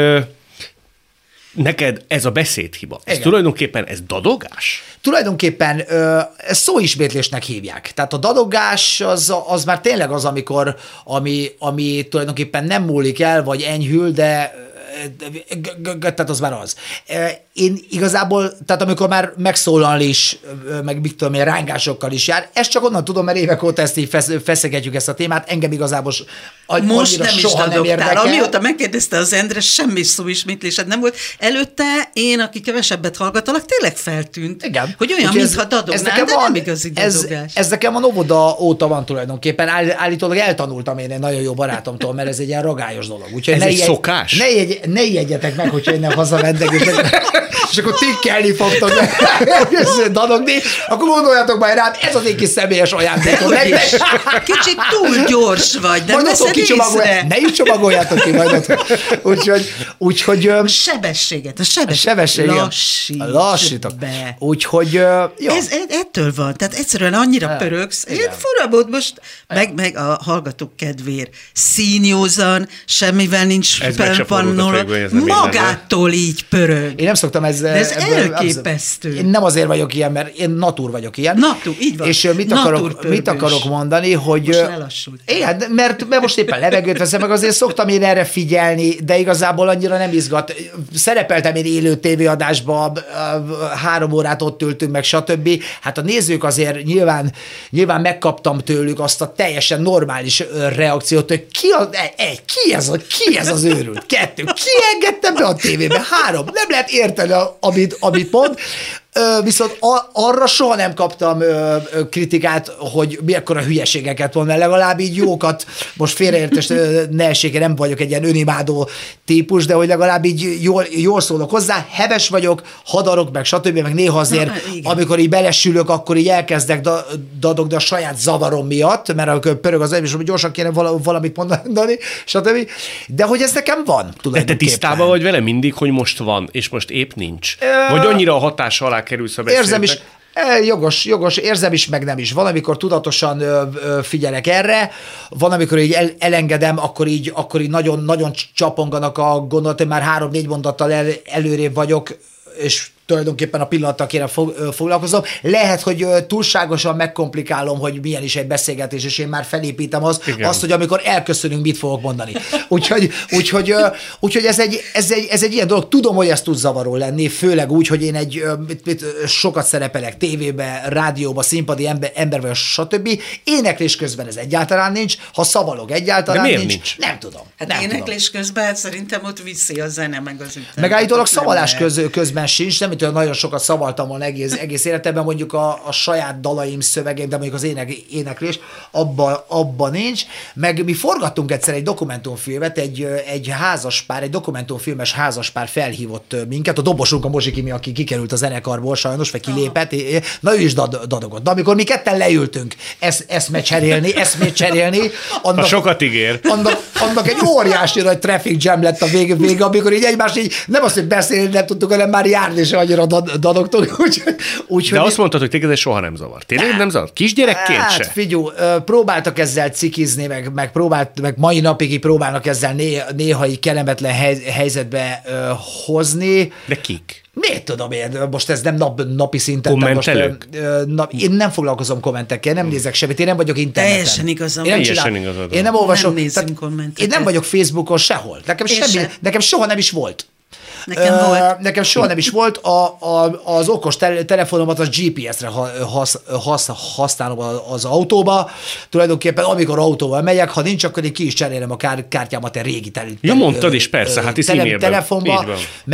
Speaker 2: neked ez a beszédhiba, ez tulajdonképpen ez dadogás?
Speaker 4: Tulajdonképpen ezt szóismétlésnek hívják. Tehát a dadogás az már tényleg az, ami tulajdonképpen nem múlik el, vagy enyhül, de tehát az már az. Én igazából, tehát amikor már megszólal is, meg mit tudom én, rángásokkal is jár, ezt csak onnan tudom, mert évek óta ezt így feszegetjük ezt a témát, engem igazából
Speaker 3: most nem is dadogtál. Amióta megkérdezte az Endre, semmi szóismétlésed nem volt. Előtte én, aki kevesebbet hallgatalak, tényleg feltűnt,
Speaker 4: igen.
Speaker 3: Hogy olyan, mintha dadognál, de nem igazi dadogás.
Speaker 4: Ez nekem a óvoda óta van tulajdonképpen. Állítólag eltanultam én egy nagyon jó barátomtól, mert ez egy ilyen ragályos dolog. Úgyhogy
Speaker 2: ez egy szokás?
Speaker 4: Ne ijedjetek meg, hogyha innen hazamentek, és akkor tikkelni fogtok dadogni, akkor gondoljatok majd rám, ez az én kis személyes ajándékom.
Speaker 3: Kicsit túl gyors vagy, de
Speaker 4: ne is csomagoljátok ki majd. Úgyhogy
Speaker 3: sebességet.
Speaker 4: Lassítok. Úgyhogy jó.
Speaker 3: Ez ettől van, tehát egyszerűen annyira pörögsz. Ilyen fura volt most, meg a hallgatók kedvéért. Színjózan, semmivel nincs felpannolva, magától így pörög.
Speaker 4: Én nem szoktam
Speaker 3: de ez elképesztő.
Speaker 4: Én nem azért vagyok ilyen, mert én natúr vagyok ilyen.
Speaker 3: Natúr, így van.
Speaker 4: És mit akarok mondani, hogy...
Speaker 3: Most lelassult.
Speaker 4: Igen, mert most éppen levegőt veszem, meg azért szoktam én erre figyelni, de igazából annyira nem izgat. Szerepeltem én élő tévéadásba, 3 órát ott ültünk, meg stb. Hát a nézők azért nyilván megkaptam tőlük azt a teljesen normális reakciót, hogy ki ez az őrült? 2. Ki engedte be a tévébe? 3. Nem lehet érteni, amit mond. Viszont arra soha nem kaptam kritikát, hogy mekkora hülyeségeket mond, mert legalább így jókat, most félreértés ne essék, nem vagyok egy ilyen önimádó típus, de hogy legalább így jól szólok hozzá, heves vagyok, hadarok, meg stb., meg néha azért, amikor így belesülök, akkor így elkezdek dadogni a saját zavarom miatt, mert amikor pörög az és hogy gyorsan kéne valamit mondani, stb. De hogy ez nekem van,
Speaker 2: de te tisztában vagy vele mindig, hogy most van, és most épp nincs? Vagy annyira a hatás alá kerülsz a beszédnek?
Speaker 4: Érzem is, jogos, érzem is, meg nem is. Van, amikor tudatosan figyelek erre, van, amikor így elengedem, akkor így nagyon, nagyon csaponganak a gondolatok, már 3-4 mondattal előrébb vagyok, és tulajdonképpen a pillanattal kéne foglalkozom. Lehet, hogy túlságosan megkomplikálom, hogy milyen is egy beszélgetés, és én már felépítem azt, hogy amikor elköszönünk, mit fogok mondani. Úgyhogy ez egy ilyen dolog. Tudom, hogy ez tud zavaró lenni, főleg úgy, hogy én sokat szerepelek tévébe, rádióba, színpadi ember vagy, stb. Éneklés közben ez egyáltalán nincs, ha szavalog egyáltalán nincs. Nem tudom.
Speaker 3: Hát éneklés közben szerintem ott viszi a zene meg az ütenet.
Speaker 4: Meg állítólag szavalás közben sincs, nem mint olyan nagyon sokat szavaltam volna egész életemben, mondjuk a saját dalaim szövegén, de mondjuk az éneklés, abban nincs. Meg mi forgattunk egyszer egy dokumentumfilmet, egy házaspár, egy dokumentumfilmes házaspár felhívott minket, a dobosunk, a Mozsiki, aki kikerült a zenekarból sajnos, vagy kilépett, na ő is dadogott. De amikor mi ketten leültünk eszmét cserélni,
Speaker 2: annak, sokat ígér.
Speaker 4: Annak egy óriási nagy traffic jam lett a vége, amikor így egymást így nem azt, hogy beszélni nem tudtuk, hanem már járni se annyira dadogtunk.
Speaker 2: De azt mondtad, hogy téged ez soha nem zavar. Tényleg nem zavar? Kisgyerekként se?
Speaker 4: Figyú, próbáltak ezzel cikizni, meg mai napig próbálnak ezzel néha így kellemetlen helyzetbe hozni.
Speaker 2: De kik?
Speaker 4: Miért tudom én? Most ez nem napi szinten.
Speaker 2: Kommentelők?
Speaker 4: Én nem foglalkozom kommentekkel, nem nézek semmit, én nem vagyok interneten.
Speaker 3: Teljesen igazam.
Speaker 4: Én nem olvasom.
Speaker 3: Nem kommenteket.
Speaker 4: Én nem vagyok Facebookon sehol. Nekem soha nem is volt.
Speaker 3: Nekem
Speaker 4: soha nem is volt. Az okos telefonomat az GPS-re használom az autóba. Tulajdonképpen amikor autóval megyek, ha nincs, akkor én ki is cserélem a kártyámat egy régi
Speaker 2: mondtad is, persze, hát is
Speaker 4: telefonba,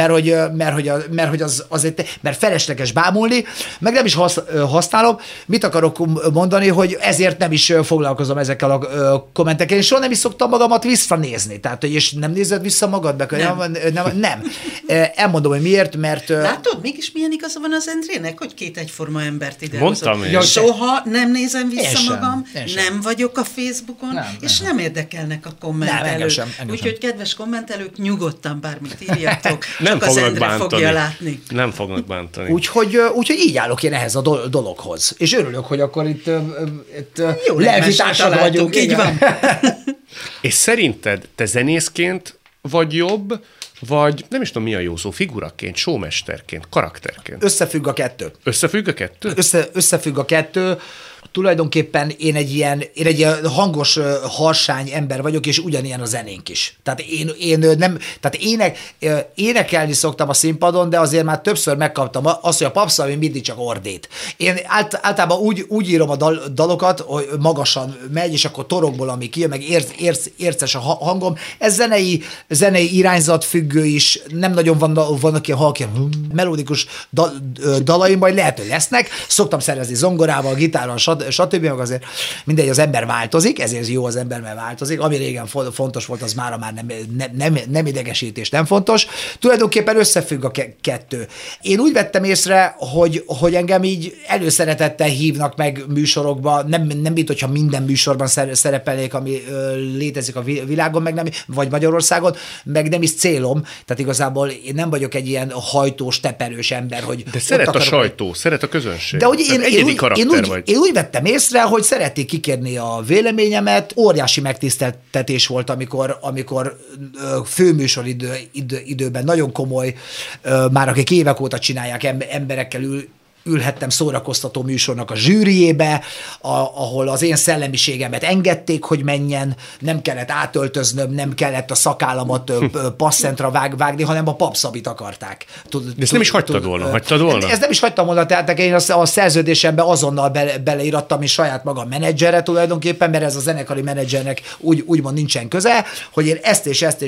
Speaker 4: mert felesleges bámulni, meg nem is használom. Mit akarok mondani, hogy ezért nem is foglalkozom ezekkel a kommentekkel. Én soha nem is szoktam magamat visszanézni. Tehát, és nem nézed vissza magad? Nem. Elmondom, hogy miért, mert...
Speaker 3: Látod, mégis milyen igaza van az Endrének, hogy két egyforma embert ide
Speaker 2: mondtam én.
Speaker 3: Soha nem nézem vissza magam, nem vagyok a Facebookon, és nem érdekelnek a kommentelők. Úgyhogy kedves kommentelők, nyugodtan bármit írjatok,
Speaker 2: nem
Speaker 3: csak az Endre fogja látni.
Speaker 2: Nem fognak bántani.
Speaker 4: Úgyhogy így állok én ehhez a dologhoz. És örülök, hogy akkor itt lelki társak vagyunk.
Speaker 3: Így van.
Speaker 2: És szerinted te zenészként vagy jobb, vagy nem is tudom, mi a jó szó, figuraként, showmesterként, karakterként?
Speaker 4: Összefügg a kettő.
Speaker 2: Összefügg a kettő?
Speaker 4: Összefügg a kettő. Tulajdonképpen én egy ilyen hangos, harsány ember vagyok, és ugyanilyen a zenénk is. Tehát énekelni szoktam a színpadon, de azért már többször megkaptam azt, hogy a papszalmi mindig csak ordít. Én általában úgy írom a dalokat, hogy magasan megy, és akkor torokból, ami kijön, meg érces a hangom. Ez zenei irányzat függő is, nem nagyon vannak ilyen halk, ilyen melódikus dalaim, majd lehet, hogy lesznek. Szoktam szerezni zongorával, gitárral, stb. Meg azért mindegy, az ember változik, ezért jó az ember, mert változik. Ami régen fontos volt, az már nem idegesítés, nem fontos. Tulajdonképpen összefügg a kettő. Én úgy vettem észre, hogy engem így előszeretettel hívnak meg műsorokba, nem mint hogyha minden műsorban szerepelnék, ami létezik a világon, meg nem, vagy Magyarországon, meg nem is célom. Tehát igazából én nem vagyok egy ilyen hajtós, teperős ember, hogy...
Speaker 2: De szeret a sajtó, szeret a közönség.
Speaker 4: De hogy én úgy vettem észre, hogy szerették kikérni a véleményemet. Óriási megtiszteltetés volt, amikor főműsor időben nagyon komoly, már akik évek óta csinálják, emberekkel ülhettem szórakoztató műsornak a zsűriébe, ahol az én szellemiségemet engedték, hogy menjen, nem kellett átöltöznöm, nem kellett a szakállamat passzentra vágni, hanem a papszabit akarták.
Speaker 2: De ezt nem is hagytad volna?
Speaker 4: Ezt nem is hagytam volna, tehát én a szerződésembe azonnal beleírattam, és saját magam menedzserre tulajdonképpen, mert ez a zenekari menedzsernek úgymond nincsen köze, hogy én ezt,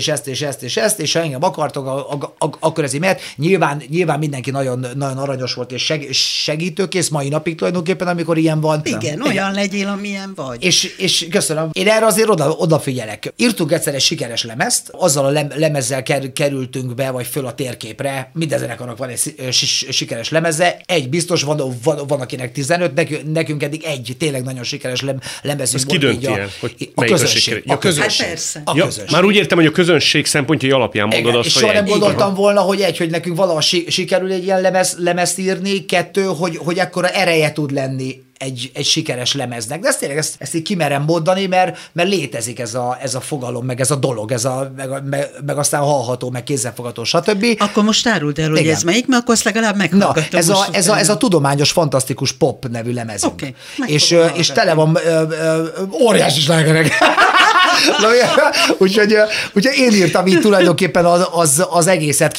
Speaker 4: és ha engem akartok, akkor ez így mehet. Nyilván mindenki nagyon, nagyon aranyos volt, és segítőkész mai napig tulajdonképpen, amikor ilyen van.
Speaker 3: Igen, olyan legyél, amilyen vagy.
Speaker 4: És köszönöm. Én erre azért odafigyelek. Írtunk egyszer egy sikeres lemezt, azzal a lemezzel kerültünk be, vagy föl a térképre. Minden zenekarnak van egy sikeres lemeze. Egy biztos, van akinek 15, nekünk eddig egy tényleg nagyon sikeres lemezünk.
Speaker 2: Ez ki dönti el, hogy
Speaker 4: a közönség.
Speaker 3: Hát persze.
Speaker 4: A közönség.
Speaker 2: Már úgy értem, hogy a közönség szempontjai alapján mondod azt,
Speaker 4: és soha nem gondoltam volna, hogy nekünk valaha sikerül egy ilyen lemezt írni, kettő, hogy ekkora ereje tud lenni egy sikeres lemeznek. De ezt tényleg ezt így kimerem mondani, mert létezik ez a fogalom, meg ez a dolog, meg aztán hallható, meg kézzelfogható, stb.
Speaker 3: Akkor most áruld el, hogy ez melyik, mert akkor azt legalább meghallgattam.
Speaker 4: Ez a tudományos, fantasztikus pop nevű lemezünk.
Speaker 3: Okay,
Speaker 4: és tele van óriási slágerek. Úgyhogy én írtam így tulajdonképpen az egészet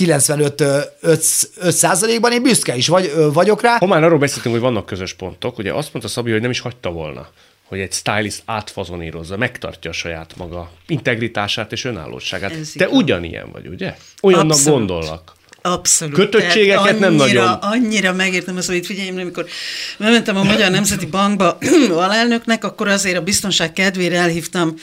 Speaker 4: 95%-ban, én büszke is vagyok rá.
Speaker 2: Ha már arról beszéltünk, hogy vannak közös pontok, ugye azt mondta Szabi, hogy nem is hagyta volna, hogy egy stylist átfazonírozza, megtartja a saját maga integritását és önállóságát. Te ugyanilyen vagy, ugye? Olyannak
Speaker 3: Abszolút.
Speaker 2: gondollak.
Speaker 3: Abszolút.
Speaker 2: Kötöttségeket nem nagyon.
Speaker 3: Annyira megértem azt, hogy figyeljem, amikor bementem a Magyar Nemzeti Bankba alelnöknek, akkor azért a biztonság kedvére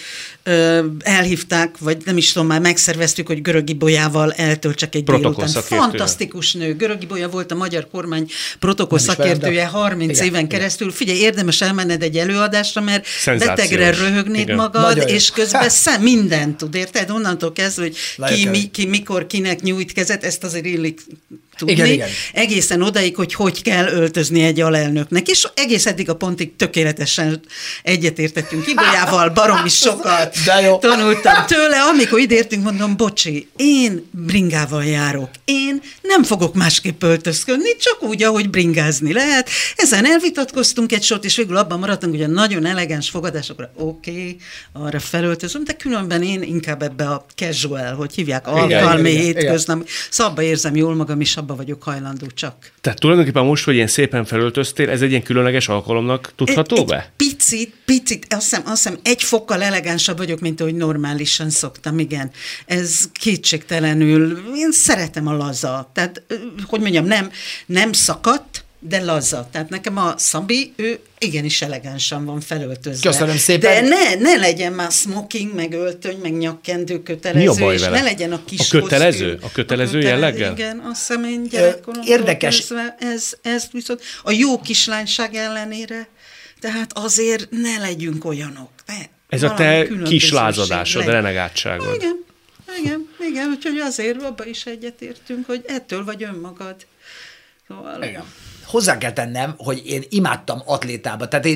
Speaker 3: elhívták, vagy nem is tudom, már megszerveztük, hogy Görög Ibolyával eltöltsek egy délután. Fantasztikus nő. Görög Ibolya volt a magyar kormány protokoll szakértője 30 éven keresztül. Figyelj, érdemes elmenned egy előadásra, mert betegre röhögnéd magad, nagyon és közben mindent tud, érted? Onnantól kezdve, hogy ki mikor kinek nyújt kezet, ezt azért illik tudni. Igen. Egészen odaig, hogy kell öltözni egy alelnöknek, és egész eddig a pontig tökéletesen egyetértettünk Ibolyával, baromi sokat tanultam tőle. Amikor idértünk, mondom, bocsi, én bringával járok, én nem fogok másképp öltözködni, csak úgy, ahogy bringázni lehet. Ezen elvitatkoztunk egy sort, és végül abban maradtunk, hogy a nagyon elegáns fogadásokra oké, arra felöltözöm, de különben én inkább ebbe a casual, hogy hívják, alkalmi hétköznap. Szóval érzem jól magam, és abba vagyok hajlandó csak.
Speaker 2: Tehát tulajdonképpen most, hogy ilyen szépen felöltöztél, ez egy ilyen különleges alkalomnak tudható be?
Speaker 3: Picit, azt hiszem egy fokkal elegánsabb vagyok, mint ahogy normálisan szoktam, igen. Ez kétségtelenül, én szeretem a laza. Tehát, hogy mondjam, nem szakadt, de laza. Tehát nekem a Szabi, ő igenis elegánsan van felöltözve.
Speaker 4: Köszönöm szépen.
Speaker 3: De ne legyen már smoking, meg öltöny, meg nyakkendő kötelező,
Speaker 2: mi a baj
Speaker 3: és
Speaker 2: vele?
Speaker 3: Ne legyen a kis
Speaker 2: A kötelező jelleggel?
Speaker 3: Igen, azt hiszem én gyerekkoromtól
Speaker 4: érdekes.
Speaker 3: Kezdve, ez viszont a jó kislányság ellenére, tehát azért ne legyünk olyanok.
Speaker 2: Ez a te kislázadásod, renegátságod.
Speaker 3: Igen, úgyhogy azért abba is egyetértünk, hogy ettől vagy önmagad. Szóval...
Speaker 4: Igen. Hozzá kell tennem, hogy én imádtam atlétába. Tehát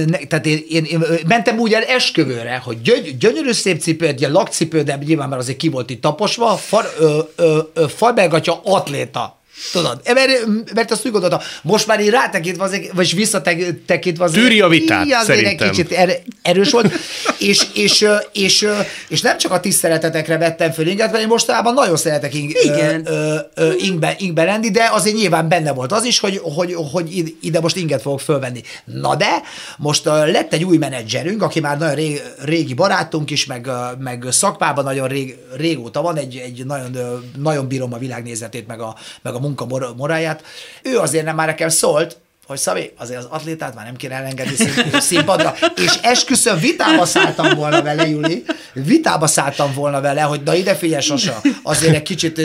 Speaker 4: én mentem úgy el esküvőre, hogy gyönyörű szép cipő, egy lakcipő, de nyilván már azért ki volt itt taposva, falbelgatya atléta. Tudod, mert azt úgy gondoltam, most már így rátekintve, vagy visszatekintve azért...
Speaker 2: Tűri a vitát,
Speaker 4: szerintem. Egy kicsit erős volt, és nem csak a tiszteletetekre vettem föl inget, mert én mostanában nagyon szeretek ingben lenni, de azért nyilván benne volt az is, hogy ide most inget fogok fölvenni. Na de, most lett egy új menedzserünk, aki már nagyon régi barátunk is, meg szakmában nagyon régóta van, egy nagyon bírom a világnézetét, meg a munka moráját. Ő azért nem már nekem szólt, hogy Szabi, azért az atlétát már nem kéne elengedni színpadra, és esküszöm, vitába szálltam volna vele, Juli, hogy na ide figyelj, Sasa, azért egy kicsit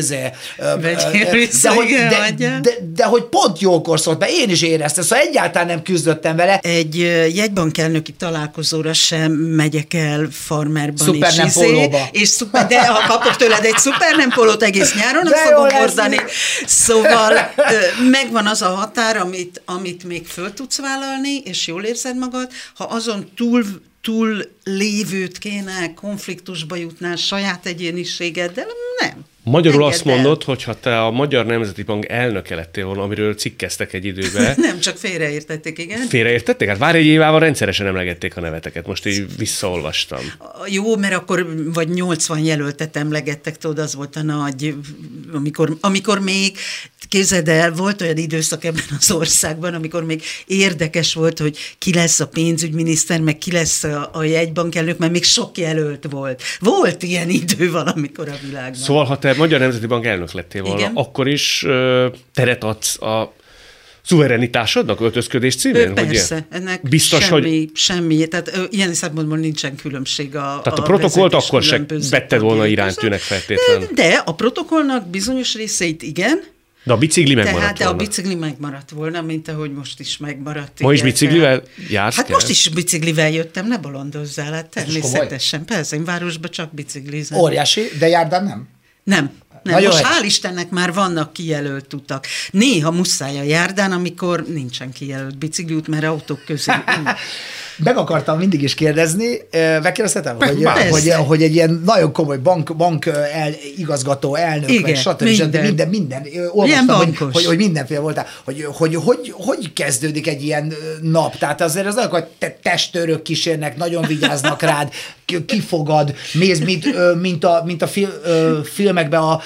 Speaker 4: de hogy pont jókor szólt, mert én is éreztem, szóval egyáltalán nem küzdöttem vele.
Speaker 3: Egy jegybankelnöki találkozóra sem megyek el farmerban és de ha kapok tőled egy szuper nem pólót egész nyáron, azt fogom hordani. Szóval megvan az a határ, amit még föl tudsz vállalni, és jól érzed magad, ha azon túl lévőt kéne, konfliktusba jutnál saját egyéniségeddel, nem.
Speaker 2: Magyarul azt mondod, hogy ha te a Magyar Nemzeti Bank elnöke lettél volna, amiről cikkeztek egy időben.
Speaker 3: Nem, csak félreértették, igen.
Speaker 2: Félreértették? Hát várj, egy évával rendszeresen emlegették a neveteket, most így visszaolvastam.
Speaker 3: Jó, mert akkor vagy 80 jelöltet emlegettek, tudod, az volt a nagy, amikor még, képzeld el, volt olyan időszak ebben az országban, amikor még érdekes volt, hogy ki lesz a pénzügyminiszter, meg ki lesz a jegybankelnök, mert még sok jelölt volt. Volt ilyen idő valamikor a világban.
Speaker 2: Szóval, ha te Magyar Nemzeti Bank elnök lettél volna, igen, akkor is teret adsz a szuverenitásodnak öltözködés címén?
Speaker 3: Persze, ennek
Speaker 2: biztos,
Speaker 3: semmi. Tehát ilyen szempontból nincsen különbség
Speaker 2: tehát a protokollt akkor se vetted volna iránytűnek feltétlenül.
Speaker 3: De a protokollnak bizonyos részeit igen.
Speaker 2: De a bicikli megmaradt volna.
Speaker 3: A bicikli megmaradt volna, mint ahogy most is megmaradt.
Speaker 2: Ma is biciklivel jársz?
Speaker 3: Hát most is biciklivel jöttem, ne bolondozzál, hát természetesen. Persze, én városban csak biciklizem.
Speaker 4: Óriási, de járdán nem?
Speaker 3: Nem. Most hál' Istennek már vannak kijelölt utak. Néha muszáj a járdán, amikor nincsen kijelölt bicikliút, mert autók közé.
Speaker 4: Meg akartam mindig is kérdezni, megkérdezhetem, hogy egy ilyen nagyon komoly bank igazgató, elnök, igen, meg stb. Minden olvastam, hogy mindenféle voltál, hogy kezdődik egy ilyen nap. Tehát azért az olyan, hogy testőrök kísérnek, nagyon vigyáznak rád, kifogad, mész, mint a filmekben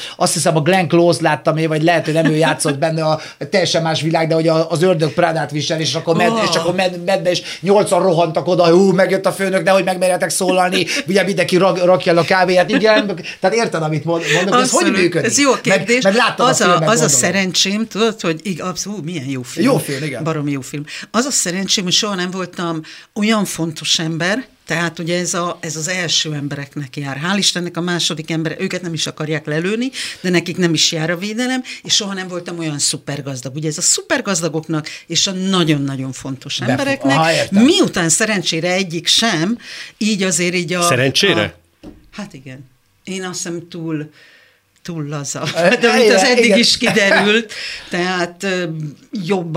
Speaker 4: azt hiszem a Glenn Close láttam én, vagy lehet, hogy nem ő játszott benne, a teljesen más világ, de hogy az ördög Prádát visel, és akkor medbe, és 8-an rohantak oda, megjött a főnök, de hogy megmerjetek szólalni, ugye mindenki rakja el a kávéját, igen, tehát érted, amit mondok, ez hogy működik?
Speaker 3: Ez jó kérdés.
Speaker 4: Meg
Speaker 3: az a szerencsém, tudod, hogy abszolút milyen jó film.
Speaker 4: Jó film, igen.
Speaker 3: Baromi jó film. Az a szerencsém, hogy soha nem voltam olyan fontos ember, tehát ugye ez az első embereknek jár. Hál' Istennek a második ember, őket nem is akarják lelőni, de nekik nem is jár a védelem, és soha nem voltam olyan szupergazdag. Ugye ez a szupergazdagoknak és a nagyon-nagyon fontos embereknek, miután szerencsére egyik sem, így azért így a...
Speaker 2: Szerencsére?
Speaker 3: Hát igen. Én azt hiszem túl laza. De mint az eddig is kiderült, tehát jobb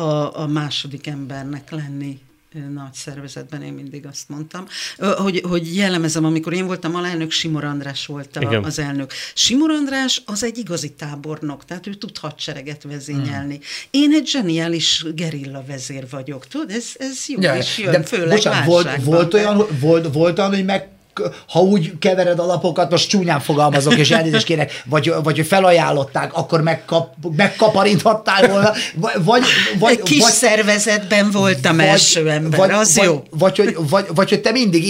Speaker 3: a második embernek lenni nagy szervezetben, én mindig azt mondtam, hogy jellemezem, amikor én voltam alelnök, Simor András volt az elnök. Simor András az egy igazi tábornok, tehát ő tud hadsereget vezényelni. Én egy zseniális gerilla vezér vagyok, tudod, ez jó is jön, de főleg válságban.
Speaker 4: Volt olyan, hogy ha úgy kevered a lapokat, most csúnyán fogalmazok, és elnézést kérek, vagy hogy felajánlották, akkor megkaparinthattál volna,
Speaker 3: vagy kis szervezetben voltam első ember, az jó.
Speaker 4: Vagy hogy te mindig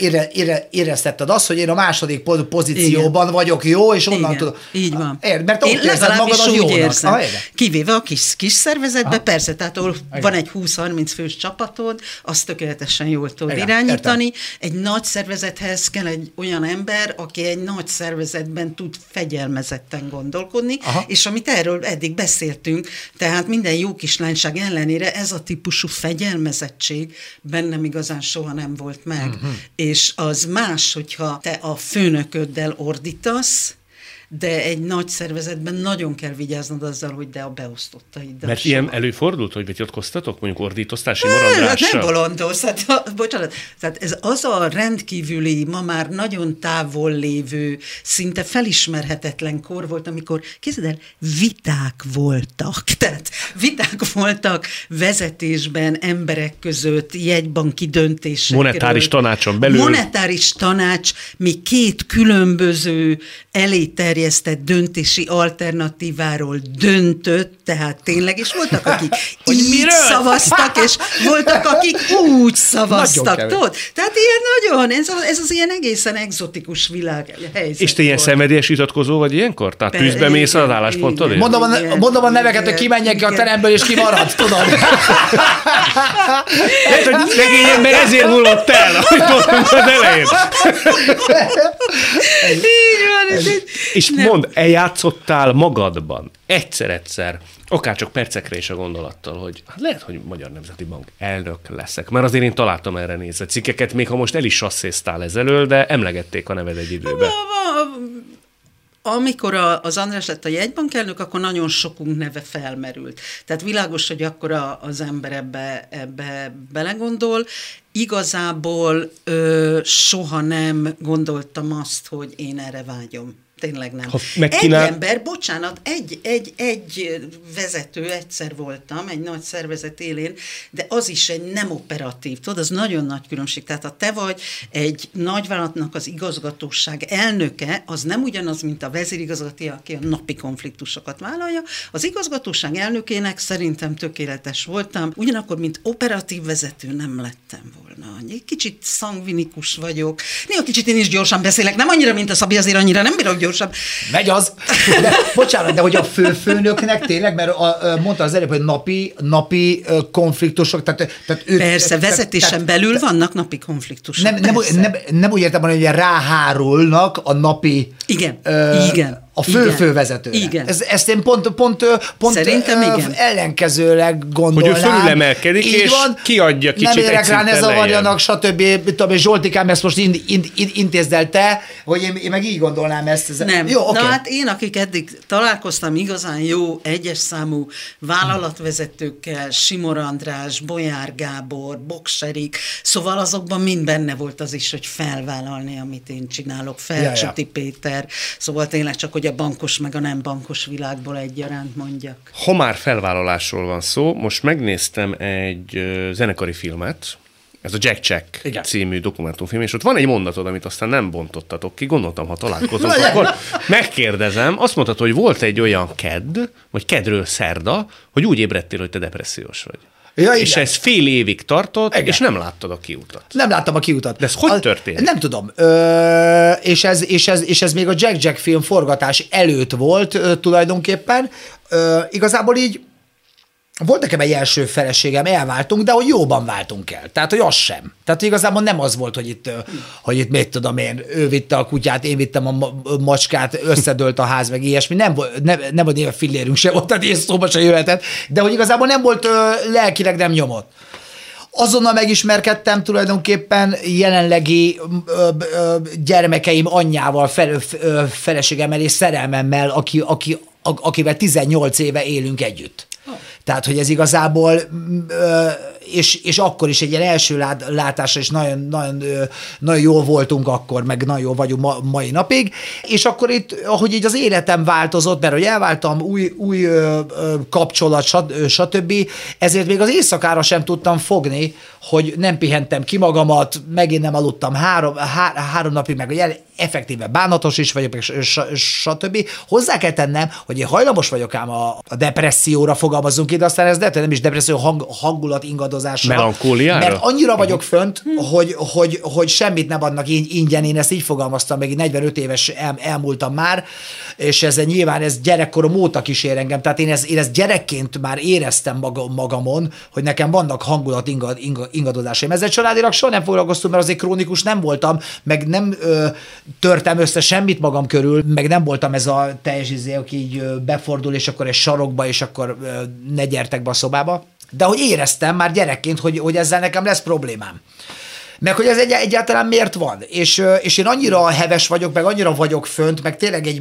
Speaker 4: éreztetted azt, hogy én a második pozícióban vagyok jó, és onnan tudom.
Speaker 3: Így van.
Speaker 4: Mert ott érzed magad az jónak.
Speaker 3: Érzem. Kivéve a kis szervezetben, persze, tehát ahol van egy 20-30 fős csapatod, azt tökéletesen jól tudod irányítani. Értem. Egy nagy szervezethez kell egy olyan ember, aki egy nagy szervezetben tud fegyelmezetten gondolkodni, és amit erről eddig beszéltünk, tehát minden jó kislányság ellenére ez a típusú fegyelmezettség bennem igazán soha nem volt meg. És az más, hogyha te a főnököddel ordítasz, de egy nagy szervezetben nagyon kell vigyáznod azzal, hogy de a beosztottaiddal.
Speaker 2: Mert ilyen előfordult, hogy vitatkoztatok, mondjuk ordítoztál Simor Andrással?
Speaker 3: Nem bolondoz, bocsánat. Tehát ez az a rendkívüli, ma már nagyon távol lévő, szinte felismerhetetlen kor volt, amikor, képzeld el, viták voltak. Tehát viták voltak vezetésben, emberek között, jegybanki döntésekről.
Speaker 2: Monetáris tanácson belül.
Speaker 3: Monetáris tanács, mi két különböző eléterjesztett döntési alternatíváról döntött, tehát tényleg, és voltak, akik így szavaztak, és voltak, akik úgy szavaztak, tudod? Tehát ilyen nagyon, ez az ilyen egészen egzotikus világhelyzet.
Speaker 2: És te ilyen szenvedélyes vitatkozó vagy ilyenkor? Tehát tűzbe mész az álláspontodért?
Speaker 4: Mondom a neveket, hogy kimenjek ki a teremből, és kimarad, tudod?
Speaker 2: Lehet, hogy szegény ember ezért hullott el, ahogy mondtam az elején.
Speaker 3: Így van.
Speaker 2: És mondd, eljátszottál magadban egyszer, akárcsak percekre is a gondolattal, hogy hát lehet, hogy Magyar Nemzeti Bank elnök leszek. Mert azért én találtam erre nézve cikkeket, még ha most el is sasszéztál ezelől, de emlegették a neved egy időben.
Speaker 3: Amikor az András lett a jegybankelnök, akkor nagyon sokunk neve felmerült. Tehát világos, hogy akkor az ember ebbe belegondol. Igazából soha nem gondoltam azt, hogy én erre vágyom. Tényleg nem. Egy ember, bocsánat, egy vezető, egyszer voltam, egy nagy szervezet élén, de az is egy nem operatív, tudod, az nagyon nagy különbség. Tehát ha te vagy egy nagyvállalatnak az igazgatóság elnöke, az nem ugyanaz, mint a vezérigazgató, aki a napi konfliktusokat vállalja. Az igazgatóság elnökének szerintem tökéletes voltam, ugyanakkor, mint operatív vezető nem lettem volna. Egy kicsit szangvinikus vagyok. Néha kicsit én is gyorsan beszélek, nem annyira, mint a Szabi, azért annyira nem bírok gyorsabb.
Speaker 4: Megy az. De, bocsánat, de hogy a főnöknek tényleg, mert mondta az előbb, hogy napi konfliktusok, tehát ők...
Speaker 3: Persze, vezetésen belül vannak napi konfliktusok.
Speaker 4: Nem úgy értem, hogy ráhárulnak a napi...
Speaker 3: Igen.
Speaker 4: A fővezetőre.
Speaker 3: Igen.
Speaker 4: Ezt én pont
Speaker 3: szerintem igen.
Speaker 4: Ellenkezőleg gondolnám.
Speaker 2: Hogy ő fölülemelkedik, és kiadja kicsit
Speaker 4: nem érek rá, ne zavarjanak,
Speaker 2: stb.
Speaker 4: Zsoltikám, ezt most intézd el te, hogy én meg így gondolnám ezt.
Speaker 3: Nem.
Speaker 4: Jó, okay.
Speaker 3: Na hát én, akik eddig találkoztam igazán jó, egyes számú vállalatvezetőkkel, Simor András, Bolyár Gábor, Bokserik, szóval azokban mind benne volt az is, hogy felvállalni, amit én csinálok, Felcsúti Péter, szóval tényleg csak, hogy a bankos meg a nem bankos világból egyaránt mondjak.
Speaker 2: Ha már felvállalásról van szó, most megnéztem egy zenekari filmet, ez a Jack
Speaker 4: Igen.
Speaker 2: című dokumentumfilm, és ott van egy mondatod, amit aztán nem bontottatok ki, gondoltam, ha találkozunk, akkor megkérdezem, azt mondtad, hogy volt egy olyan kedd, vagy kedről szerda, hogy úgy ébredtél, hogy te depressziós vagy.
Speaker 4: Ja,
Speaker 2: és
Speaker 4: igen.
Speaker 2: ez fél évig tartott,
Speaker 4: Igen.
Speaker 2: és nem láttad a kiutat.
Speaker 4: Nem láttam a kiutat.
Speaker 2: De ez hogy történt?
Speaker 4: Nem tudom. És ez még a Jack film forgatás előtt volt tulajdonképpen. Igazából így volt nekem egy első feleségem, elváltunk, de hogy jóban váltunk el. Tehát, hogy az sem. Tehát igazából nem az volt, hogy itt mit tudom én, ő vitte a kutyát, én vittem a macskát, összedőlt a ház, meg ilyesmi. Nem volt éve fillérünk se volt, tehát ilyen szóba se jöhetett, de hogy igazából nem volt lelkileg nem nyomott. Azonnal megismerkedtem tulajdonképpen jelenlegi gyermekeim anyjával, feleségemmel és szerelmemmel, akivel 18 éve élünk együtt. Tehát, hogy ez igazából, és akkor is egy ilyen első látásra is nagyon jól voltunk akkor, meg nagyon jól vagyunk mai napig, és akkor itt, ahogy így az életem változott, mert hogy elváltam, új kapcsolat, stb., ezért még az éjszakára sem tudtam fogni, hogy nem pihentem ki magamat, megint nem aludtam három napig, meg effektíve bánatos is vagyok, stb. Hozzá kell tennem, hogy én hajlamos vagyok ám a depresszióra, fogalmazunk ki, de aztán ez nem is depresszió, hangulat ingadozásra.
Speaker 2: Melankóliára?
Speaker 4: Mert annyira vagyok fönt, hogy semmit nem adnak ingyen, én ezt így fogalmaztam, meg 45 éves elmúltam már, és nyilván ez gyerekkorom óta kísér engem, tehát én ezt gyerekként már éreztem magamon, hogy nekem vannak hangulat ingadozásaim. Ezzel családilag soha nem foglalkoztam, mert azért krónikus nem voltam, meg nem törtem össze semmit magam körül, meg nem voltam ez a teljes aki így befordul, és akkor egy sarokba, és akkor ne gyertek be a szobába. De hogy éreztem már gyerekként, hogy ezzel nekem lesz problémám. Meg hogy ez egyáltalán miért van. És én annyira heves vagyok, meg annyira vagyok fönt, meg tényleg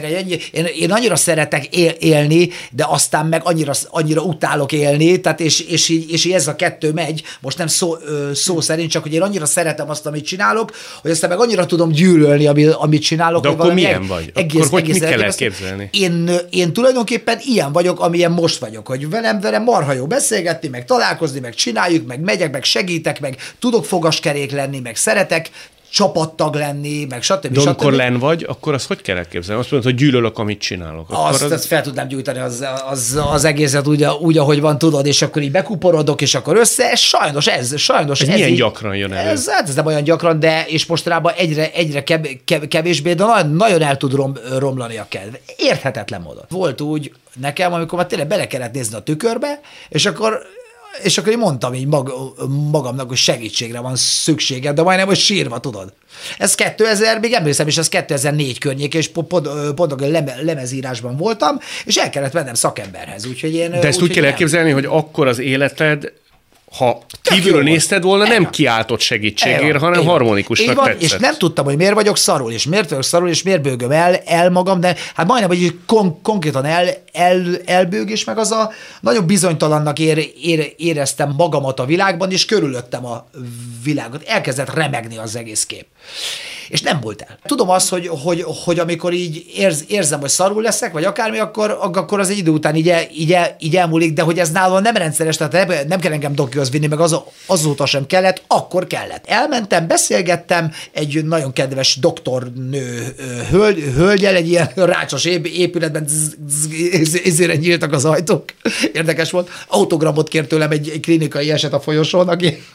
Speaker 4: én annyira szeretek élni, de aztán meg annyira utálok élni, tehát és így ez a kettő megy, most nem szó szerint, csak hogy én annyira szeretem azt, amit csinálok, hogy aztán meg annyira tudom gyűlölni, amit csinálok.
Speaker 2: De akkor milyen vagy? Akkor hogy mit kell elképzelni?
Speaker 4: Én tulajdonképpen ilyen vagyok, amilyen most vagyok, hogy velem marha jó beszélgetni, meg találkozni, meg csináljuk, meg megyek, meg segítek, meg tudok fogaskerék lenni, meg szeretek csapattag lenni, meg stb.
Speaker 2: De amikor len vagy, akkor azt hogy kell elképzelni? Azt mondod, hogy gyűlölök, amit csinálok.
Speaker 4: Azt fel tudnám gyújtani az egészet úgy, ahogy van, tudod, és akkor így bekuporodok, és akkor össze. Sajnos ez
Speaker 2: milyen
Speaker 4: így,
Speaker 2: gyakran jön elő?
Speaker 4: Ez nem olyan gyakran, de és mostanában egyre kevésbé, de nagyon el tud romlani a kedv. Érthetetlen módon. Volt úgy nekem, amikor már tényleg bele kellett nézni a tükörbe, és akkor én mondtam így magamnak, hogy segítségre van szükségem, de majdnem, hogy sírva, tudod. Ez 2000, még emlékszem, és ez 2004 környéke, és pont a lemezírásban voltam, és el kellett mennem szakemberhez. Úgyhogy én,
Speaker 2: de ezt úgy kell elképzelni, hogy akkor az életed, ha kívülről nézted volna, nem kiáltott segítségért, hanem harmonikusnak tetszett.
Speaker 4: És nem tudtam, hogy miért vagyok szarul, és miért vagyok szarul, és miért bőgöm el magam, de hát majdnem, hogy konkrétan elbőg, és meg az a nagyon bizonytalannak éreztem magamat a világban, és körülöttem a világot. Elkezdett remegni az egész kép. És nem volt el. Tudom azt, hogy amikor így érzem, hogy szarul leszek, vagy akármi, akkor az egy idő után így elmúlik, de hogy ez nálam nem rendszeres, tehát nem kell engem dokihoz vinni, meg azóta sem kellett, akkor kellett. Elmentem, beszélgettem egy nagyon kedves doktornő hölgyel, egy ilyen rácsos épületben ezért nyíltak az ajtók. Érdekes volt. Autogramot kért tőlem egy klinikai eset a folyosón,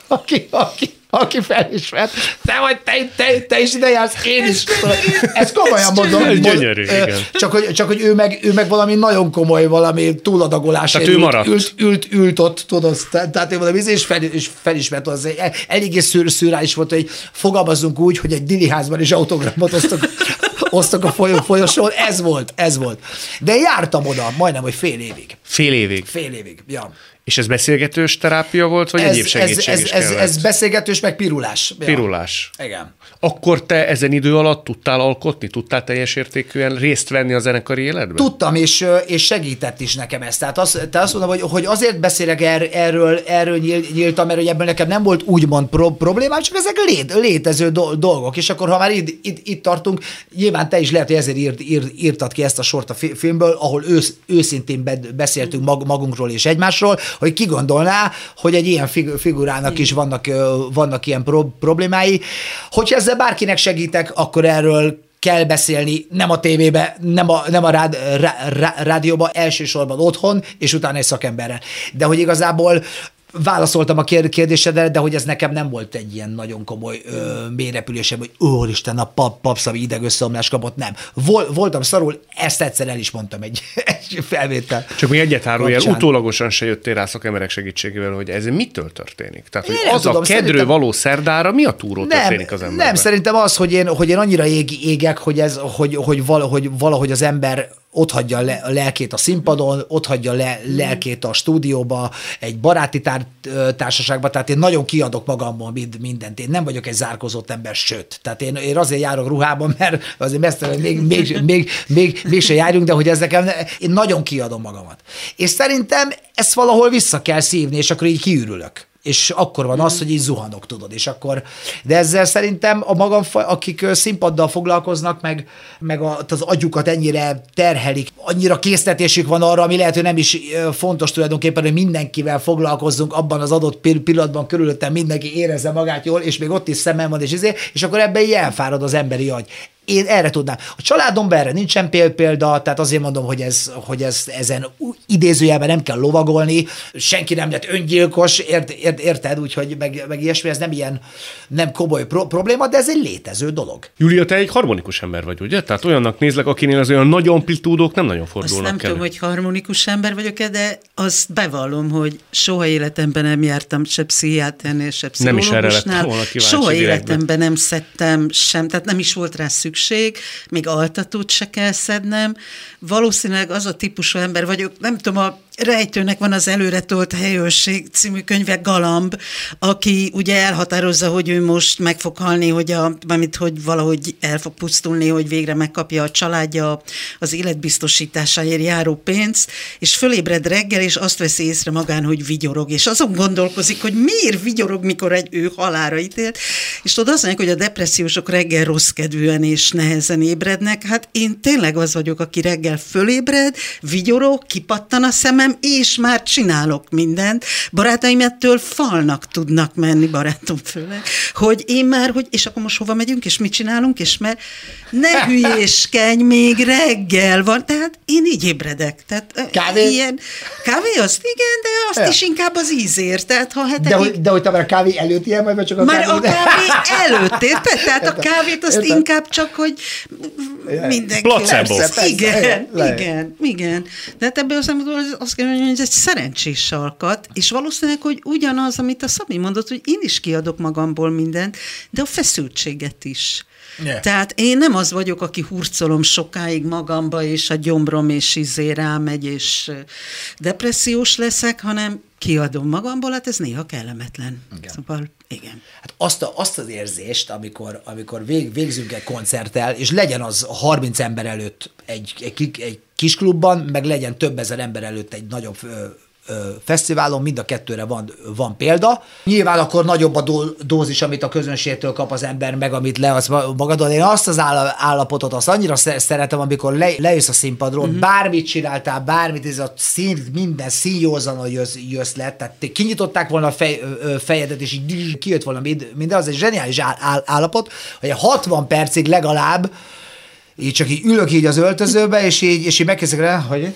Speaker 4: aki felismert. Te is ide jársz, én is. Ezt komolyan mondom.
Speaker 2: Ez gyönyörű, igen.
Speaker 4: Csak hogy ő meg valami nagyon komoly, valami túladagolásért ült ott, tudod, tehát ő valami és felismert, az eléggé szürreális volt, hogy fogalmazzunk úgy, hogy egy diliházban is autogramot osztok a folyosón, ez volt. De jártam oda majdnem, hogy fél évig.
Speaker 2: Fél évig,
Speaker 4: ja.
Speaker 2: És ez beszélgetős terápia volt, vagy egyéb segítség is kellett?
Speaker 4: Ez beszélgetős, meg pirulás. Ja.
Speaker 2: Pirulás.
Speaker 4: Igen.
Speaker 2: Akkor te ezen idő alatt tudtál alkotni? Tudtál teljes értékűen részt venni a zenekari életben?
Speaker 4: Tudtam, és segített is nekem ezt. Tehát azt mondom, hogy azért beszélek erről nyíltan, mert hogy ebből nekem nem volt úgymond problémám, csak ezek létező dolgok. És akkor, ha már itt tartunk, nyilván te is lehet, hogy ezért írtad ki ezt a sort a filmből, ahol őszintén beszéltünk magunkról és egymásról, hogy ki gondolná, hogy egy ilyen figurának is vannak ilyen problémái. Hogyha ezzel bárkinek segítek, akkor erről kell beszélni, nem a tévébe, nem a rádióba, elsősorban otthon, és utána egy szakemberrel. De hogy igazából válaszoltam a kérdésedre, de hogy ez nekem nem volt egy ilyen nagyon komoly mélyrepülésem, hogy úristen, a papszavi idegösszeomlás kapott, nem. Voltam szarul, ezt egyszer el is mondtam egy felvétel.
Speaker 2: Csak még egyet árulja, utólagosan se jöttél rá szakemberek segítségével, hogy ez mitől történik? Tehát, hogy az tudom, a kedről való szerdára mi a túró történik az emberben?
Speaker 4: Nem, szerintem az, hogy én annyira égek, hogy valahogy az ember ott hagyja a lelkét a színpadon, ott hagyja lelkét a stúdióba, egy baráti társaságba, tehát én nagyon kiadok magamból mindent. Én nem vagyok egy zárkózott ember, sőt. Tehát én azért járok ruhában, mert azért mesztelen mégse járjunk, de hogy ez nekem, én nagyon kiadom magamat. És szerintem ezt valahol vissza kell szívni, és akkor így kiürülök. És akkor van az, hogy így zuhanok, tudod, és akkor, de ezzel szerintem a magam, akik színpaddal foglalkoznak, meg az agyukat ennyire terhelik, annyira késztetésük van arra, ami lehet, hogy nem is fontos tulajdonképpen, hogy mindenkivel foglalkozzunk abban az adott pillanatban, körülöttem mindenki érezze magát jól, és még ott is szemem van, és akkor ebben így elfárad az emberi agy. Én erre tudnám. A családomban erre nincsen példa, tehát azért mondom, hogy ezen idézőjelben nem kell lovagolni, senki nem lett öngyilkos, érted, úgyhogy meg ilyesmi, ez nem ilyen nem komoly probléma, de ez egy létező dolog.
Speaker 2: Júlia, te egy harmonikus ember vagy, ugye? Tehát olyannak nézlek, akinél az olyan nagy amplitúdók nem nagyon fordulnak.
Speaker 3: Azt nem tudom, hogy harmonikus ember vagyok-e, de azt bevallom, hogy soha életemben nem jártam se pszichiáternél, se pszichológusnál. Soha életemben nem szedtem sem, tehát nem is volt rá szükség, még altatót se kell szednem. Valószínűleg az a típusú ember vagyok, nem tudom, a Rejtőnek van az Előretolt helyőrség című könyve, Galamb, aki ugye elhatározza, hogy ő most meg fog halni, hogy valahogy el fog pusztulni, hogy végre megkapja a családja az életbiztosításáért járó pénzt, és fölébred reggel, és azt veszi észre magán, hogy vigyorog, és azon gondolkozik, hogy miért vigyorog, mikor ő halálra ítélt, és tudod, azt mondják, hogy a depressziósok reggel rosszkedvűen és nehezen ébrednek, hát én tényleg az vagyok, aki reggel fölébred, vigyorog, kipattan a szemem, és már csinálok mindent. Barátaim ettől falnak tudnak menni, barátom főleg, hogy én már, és akkor most hova megyünk, és mit csinálunk, és mert ne hülyéskedj, még reggel van, tehát én így ébredek. Tehát
Speaker 4: kávé?
Speaker 3: Ilyen, kávé azt igen, de azt is inkább az ízért. Tehát ha
Speaker 4: de hogy te már a kávé előtt ilyen vagy csak a
Speaker 3: már
Speaker 4: kávé?
Speaker 3: Már a kávé előtt, érted? Tehát a kávét azt inkább csak, hogy mindenki...
Speaker 2: Placebo.
Speaker 3: Igen. De hát ebből azt kell mondani, hogy ez egy szerencsés alkat, és valószínűleg, hogy ugyanaz, amit a Szabi mondott, hogy én is kiadok magamból mindent, de a feszültséget is. Yeah. Tehát én nem az vagyok, aki hurcolom sokáig magamba, és a gyomrom és rámegy, és depressziós leszek, hanem kiadom magamból, hát ez néha kellemetlen. Igen. Szóval, igen.
Speaker 4: Hát azt az érzést, amikor végzünk egy koncerttel, és legyen az 30 ember előtt egy kis klubban, meg legyen több ezer ember előtt egy nagyobb fesztiválon, mind a kettőre van példa. Nyilván akkor nagyobb a dózis, amit a közönségtől kap az ember, meg amit leadsz magadon. Én azt az állapotot, azt annyira szeretem, amikor lejössz a színpadról, bármit csináltál, bármit, ez a szín, minden színjózanul jössz le, tehát kinyitották volna a fejedet, és így kijött volna minden, az egy zseniális állapot, hogy 60 percig legalább így csak így ülök így az öltözőbe, és így megkezdek rá, hogy...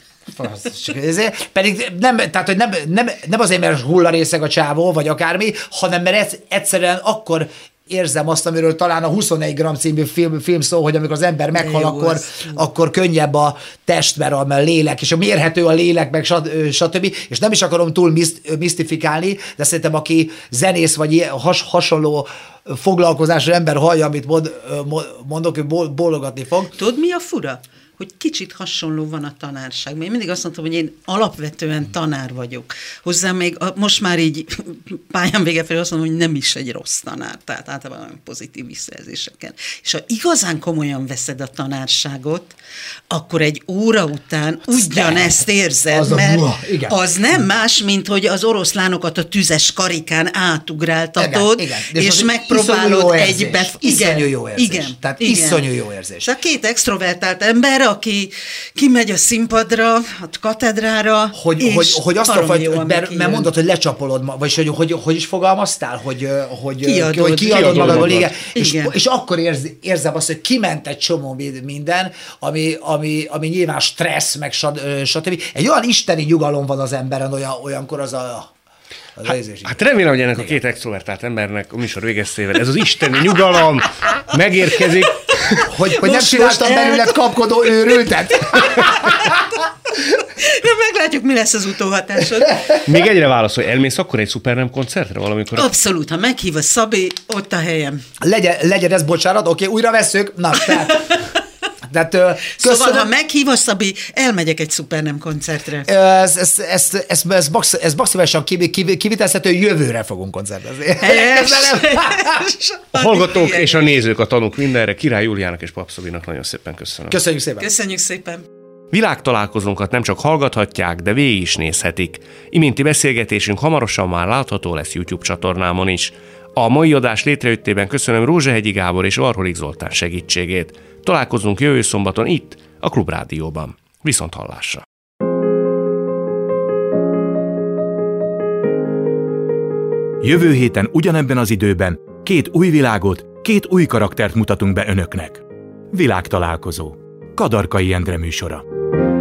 Speaker 4: Pedig tehát, hogy nem azért, mert hullarészeg a csávó, vagy akármi, hanem mert egyszerűen akkor érzem azt, amiről talán a 21 gram című film szól, hogy amikor az ember meghal, akkor könnyebb a test, mert a lélek, és a mérhető a lélek, meg stb. És nem is akarom túl misztifikálni, de szerintem aki zenész, vagy hasonló foglalkozású ember hallja, amit mondok, ő bólogatni fog.
Speaker 3: Tudod, mi a fura? Hogy kicsit hasonló van a tanárság. Én mindig azt mondtam, hogy én alapvetően tanár vagyok. Hozzám még most már így pályán vége felé azt mondom, hogy nem is egy rossz tanár. Tehát általában pozitív visszajelzésekkel. És ha igazán komolyan veszed a tanárságot, akkor egy óra után ugyanezt érzed, mert az nem más, mint hogy az oroszlánokat a tüzes karikán átugráltatod, igen. És megpróbálod egybe...
Speaker 4: Iszonyú jó érzés. Tehát iszonyú jó érzés.
Speaker 3: Tehát két extrovertált ember aki kimegy a színpadra, a katedrára,
Speaker 4: hogy azt a fajta, mert mondod, hogy lecsapolod, vagy hogy is fogalmaztál, hogy kiadod magadból, igen. És akkor érzem azt, hogy kiment egy csomó minden, ami nyilván stressz, meg stb. Egy olyan isteni nyugalom van az emberen, olyankor az a...
Speaker 2: Hát remélem, hogy ennek a két extrovertált embernek a műsor végeztével ez az isteni nyugalom megérkezik.
Speaker 4: Hogy nem csináltam belőled kapkodó őrültet?
Speaker 3: Meglátjuk, mi lesz az utóhatásod.
Speaker 2: Még egyre válaszolj, elmész akkor egy Supernem koncertre valamikor?
Speaker 3: Abszolút, ha meghív a Szabi, ott a helyem.
Speaker 4: Legyen ez, bocsánat, oké, újra veszük. Na, tehát,
Speaker 3: szóval, ha meghív a Szabi, elmegyek egy Supernem koncertre.
Speaker 4: Ez maximálisan kivitelezhető, jövőre fogunk koncertezni.
Speaker 2: A hallgatók és a nézők, a tanúk mindenre. Király Júliának és Pap Szabinak nagyon szépen köszönöm.
Speaker 4: Köszönjük szépen.
Speaker 3: Köszönjük szépen.
Speaker 2: Világtalálkozónkat nem csak hallgathatják, de végig is nézhetik. Iménti beszélgetésünk hamarosan már látható lesz YouTube csatornámon is. A mai adás létrejöttében köszönöm Rózsahegyi Gábor és Varholik Zoltán segítségét. Találkozunk jövő szombaton itt, a Klubrádióban. Viszont hallásra!
Speaker 1: Jövő héten ugyanebben az időben 2 új világot, 2 új karaktert mutatunk be önöknek. Világtalálkozó. Kadarkai Endre műsora.